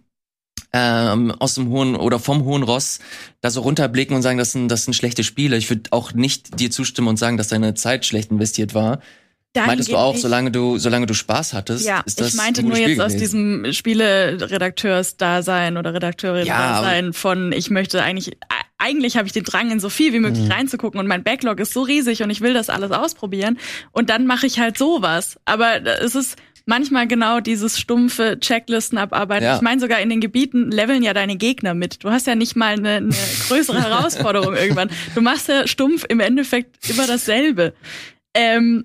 ähm, aus dem hohen oder vom hohen Ross da so runterblicken und sagen, das sind, das sind schlechte Spiele. Ich würde auch nicht dir zustimmen und sagen, dass deine Zeit schlecht investiert war. Meintest du auch, Dahingehend solange du, solange du Spaß hattest, Ja, ist das ich meinte ein nur gutes jetzt Spiel aus gewesen? diesem Spieleredakteursdasein oder Redakteurin-Dasein von, ich möchte eigentlich, eigentlich habe ich den Drang, in so viel wie möglich Mhm. reinzugucken und mein Backlog ist so riesig und ich will das alles ausprobieren und dann mache ich halt sowas. Aber es ist manchmal genau dieses stumpfe Checklisten abarbeiten. Ja. Ich meine, sogar in den Gebieten leveln ja deine Gegner mit. Du hast ja nicht mal eine, eine größere Herausforderung irgendwann. Du machst ja stumpf im Endeffekt immer dasselbe. Ähm,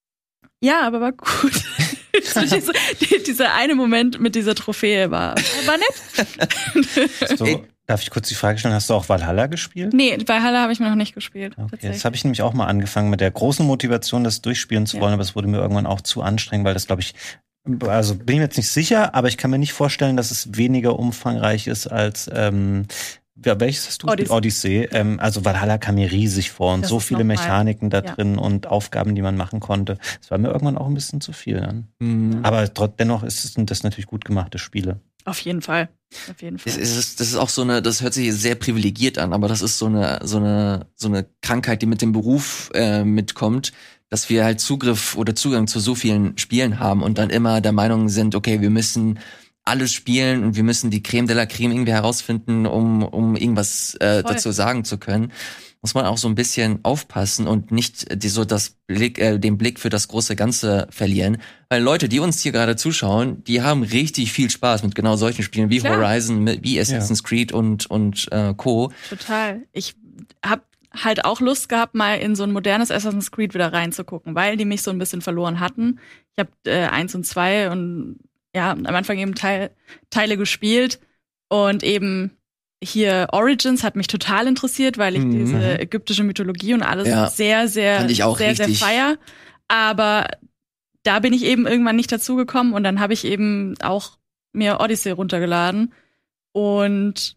ja, aber war gut. So diese, die, dieser eine Moment mit dieser Trophäe war, war nett. So, Ey. Darf ich kurz die Frage stellen, hast du auch Valhalla gespielt? Nee, Valhalla habe ich mir noch nicht gespielt. Okay, das habe ich nämlich auch mal angefangen mit der großen Motivation, das durchspielen zu wollen, ja. aber es wurde mir irgendwann auch zu anstrengend, weil das, glaube ich, also bin ich mir jetzt nicht sicher, aber ich kann mir nicht vorstellen, dass es weniger umfangreich ist als ähm, ja, welches hast du? Odyssey. Odyssey. Ähm, also Valhalla kam mir riesig vor und das so viele Mechaniken da ja. drin und Aufgaben, die man machen konnte. Das war mir irgendwann auch ein bisschen zu viel dann. Mhm. Aber dennoch ist es, sind das natürlich gut gemachte Spiele. Auf jeden Fall. Auf jeden Fall. Das ist, das ist auch so eine, das hört sich sehr privilegiert an, aber das ist so eine, so eine, so eine Krankheit, die mit dem Beruf äh, mitkommt, dass wir halt Zugriff oder Zugang zu so vielen Spielen haben und dann immer der Meinung sind, okay, wir müssen alles spielen und wir müssen die Creme de la Creme irgendwie herausfinden, um um irgendwas äh, dazu sagen zu können. Muss man auch so ein bisschen aufpassen und nicht die, so das Blick, äh, den Blick für das große Ganze verlieren. Weil Leute, die uns hier gerade zuschauen, die haben richtig viel Spaß mit genau solchen Spielen wie Klar. Horizon, wie Assassin's ja. Creed und und äh, Co. Total. Ich hab halt auch Lust gehabt, mal in so ein modernes Assassin's Creed wieder reinzugucken, weil die mich so ein bisschen verloren hatten. Ich habe äh, eins und zwei und ja, am Anfang eben Teil, Teile gespielt und eben hier Origins hat mich total interessiert, weil ich mhm. diese ägyptische Mythologie und alles ja. sehr, sehr, Fand ich auch sehr, richtig. sehr feier. Aber da bin ich eben irgendwann nicht dazugekommen und dann habe ich eben auch mir Odyssey runtergeladen und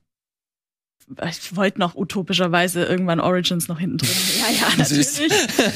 ich wollte noch utopischerweise irgendwann Origins noch hinten drin. Ja, ja, natürlich.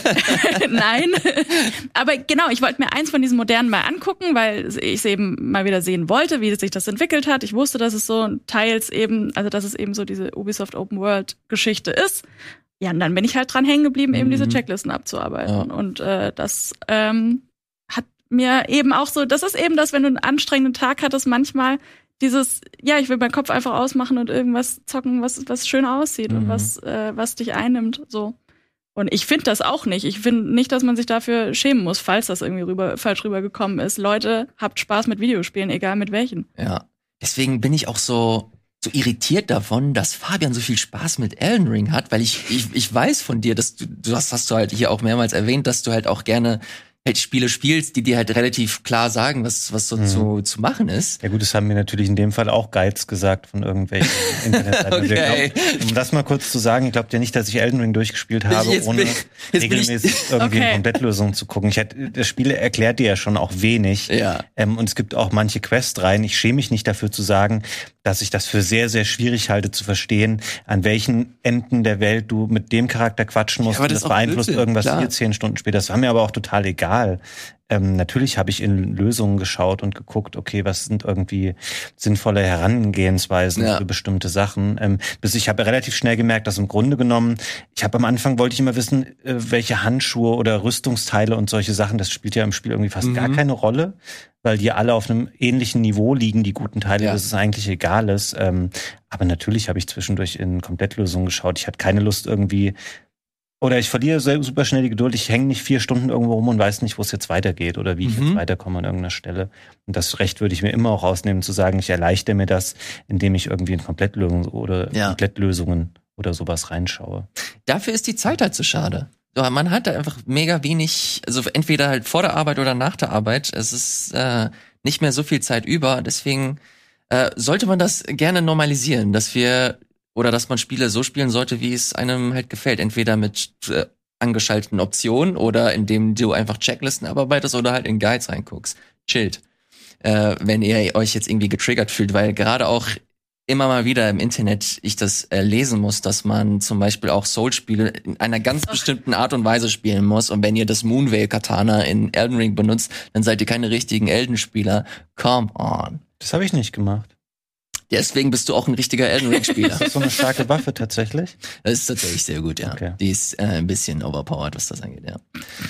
Nein. Aber genau, ich wollte mir eins von diesen modernen mal angucken, weil ich es eben mal wieder sehen wollte, wie sich das entwickelt hat. Ich wusste, dass es so teils eben, also dass es eben so diese Ubisoft Open World Geschichte ist. Ja, und dann bin ich halt dran hängen geblieben, eben mhm. diese Checklisten abzuarbeiten. Ja. Und äh, das ähm, hat mir eben auch so, das ist eben das, wenn du einen anstrengenden Tag hattest, manchmal dieses, ja, ich will meinen Kopf einfach ausmachen und irgendwas zocken, was was schön aussieht mhm. und was äh, was dich einnimmt, so. Und ich finde das auch nicht. Ich finde nicht, dass man sich dafür schämen muss, falls das irgendwie rüber falsch rübergekommen ist. Leute, habt Spaß mit Videospielen, egal mit welchen. Ja, deswegen bin ich auch so so irritiert davon, dass Fabian so viel Spaß mit Elden Ring hat, weil ich ich ich weiß von dir, dass du du hast hast du halt hier auch mehrmals erwähnt, dass du halt auch gerne halt Spiele spielst, die dir halt relativ klar sagen, was was so mhm. zu, zu machen ist. Ja gut, das haben mir natürlich in dem Fall auch Guides gesagt von irgendwelchen Internetseiten. Okay. Glaub, um das mal kurz zu sagen, ich glaube ja nicht, dass ich Elden Ring durchgespielt habe, jetzt ohne bin, regelmäßig irgendwie okay. eine Komplettlösung zu gucken. Ich hätte, das Spiel erklärt dir ja schon auch wenig. Ja. Ähm, und es gibt auch manche Quests rein. Ich schäme mich nicht dafür zu sagen, dass ich das für sehr, sehr schwierig halte zu verstehen, an welchen Enden der Welt du mit dem Charakter quatschen musst. Ja, und das, das beeinflusst Blödsinn, irgendwas klar. Hier zehn Stunden später. Das war mir aber auch total egal. Ähm, natürlich habe ich in Lösungen geschaut und geguckt, okay, was sind irgendwie sinnvolle Herangehensweisen ja. für bestimmte Sachen. Ähm, bis ich habe relativ schnell gemerkt, dass im Grunde genommen, ich habe am Anfang wollte ich immer wissen, äh, welche Handschuhe oder Rüstungsteile und solche Sachen, das spielt ja im Spiel irgendwie fast mhm. gar keine Rolle, weil die alle auf einem ähnlichen Niveau liegen, die guten Teile, ja. dass es eigentlich egal ist. Ähm, aber natürlich habe ich zwischendurch in Komplettlösungen geschaut. Ich hatte keine Lust irgendwie Oder ich verliere super schnell die Geduld. Ich hänge nicht vier Stunden irgendwo rum und weiß nicht, wo es jetzt weitergeht oder wie ich mhm. jetzt weiterkomme an irgendeiner Stelle. Und das Recht würde ich mir immer auch rausnehmen, zu sagen, ich erleichtere mir das, indem ich irgendwie in Komplettlösungen oder ja. Komplettlösungen oder sowas reinschaue. Dafür ist die Zeit halt so schade. Man hat da einfach mega wenig, also entweder halt vor der Arbeit oder nach der Arbeit. Es ist äh, nicht mehr so viel Zeit über. Deswegen äh, sollte man das gerne normalisieren, dass wir oder dass man Spiele so spielen sollte, wie es einem halt gefällt. Entweder mit äh, angeschalteten Optionen oder indem du einfach Checklisten abarbeitest oder halt in Guides reinguckst. Chillt. Äh, wenn ihr euch jetzt irgendwie getriggert fühlt, weil gerade auch immer mal wieder im Internet ich das äh, lesen muss, dass man zum Beispiel auch Soul-Spiele in einer ganz Ach. bestimmten Art und Weise spielen muss. Und wenn ihr das Moonveil-Katana in Elden Ring benutzt, dann seid ihr keine richtigen Elden-Spieler. Come on. Das habe ich nicht gemacht. Deswegen bist du auch ein richtiger Elden Ring-Spieler. Das ist so eine starke Waffe tatsächlich? Das ist tatsächlich sehr gut, ja. Okay. Die ist äh, ein bisschen overpowered, was das angeht, ja.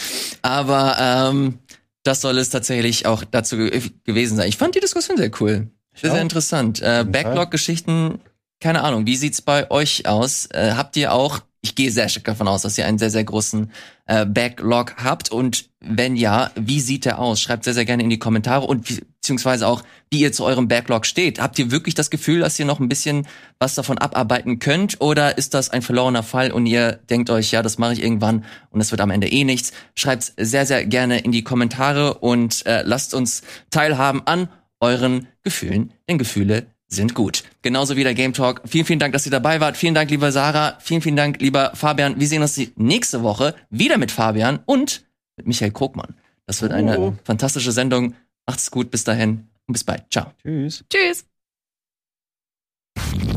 Aber ähm, das soll es tatsächlich auch dazu ge- gewesen sein. Ich fand die Diskussion sehr cool. Sehr, sehr interessant. Äh, Backlog-Geschichten, keine Ahnung, wie sieht's bei euch aus? Äh, habt ihr auch, ich gehe sehr stark davon aus, dass ihr einen sehr, sehr großen äh, Backlog habt und wenn ja, wie sieht der aus? Schreibt sehr, sehr gerne in die Kommentare und wie, beziehungsweise auch, wie ihr zu eurem Backlog steht. Habt ihr wirklich das Gefühl, dass ihr noch ein bisschen was davon abarbeiten könnt oder ist das ein verlorener Fall und ihr denkt euch, ja, das mache ich irgendwann und es wird am Ende eh nichts? Schreibt's sehr, sehr gerne in die Kommentare und äh, lasst uns teilhaben an euren Gefühlen, denn Gefühle sind gut. Genauso wie der Game Talk. Vielen, vielen Dank, dass ihr dabei wart. Vielen Dank, lieber Sarah. Vielen, vielen Dank, lieber Fabian. Wir sehen uns die nächste Woche wieder mit Fabian und mit Michael Krogmann. Das wird eine oh. fantastische Sendung. Macht's gut, bis dahin und bis bald. Ciao. Tschüss. Tschüss.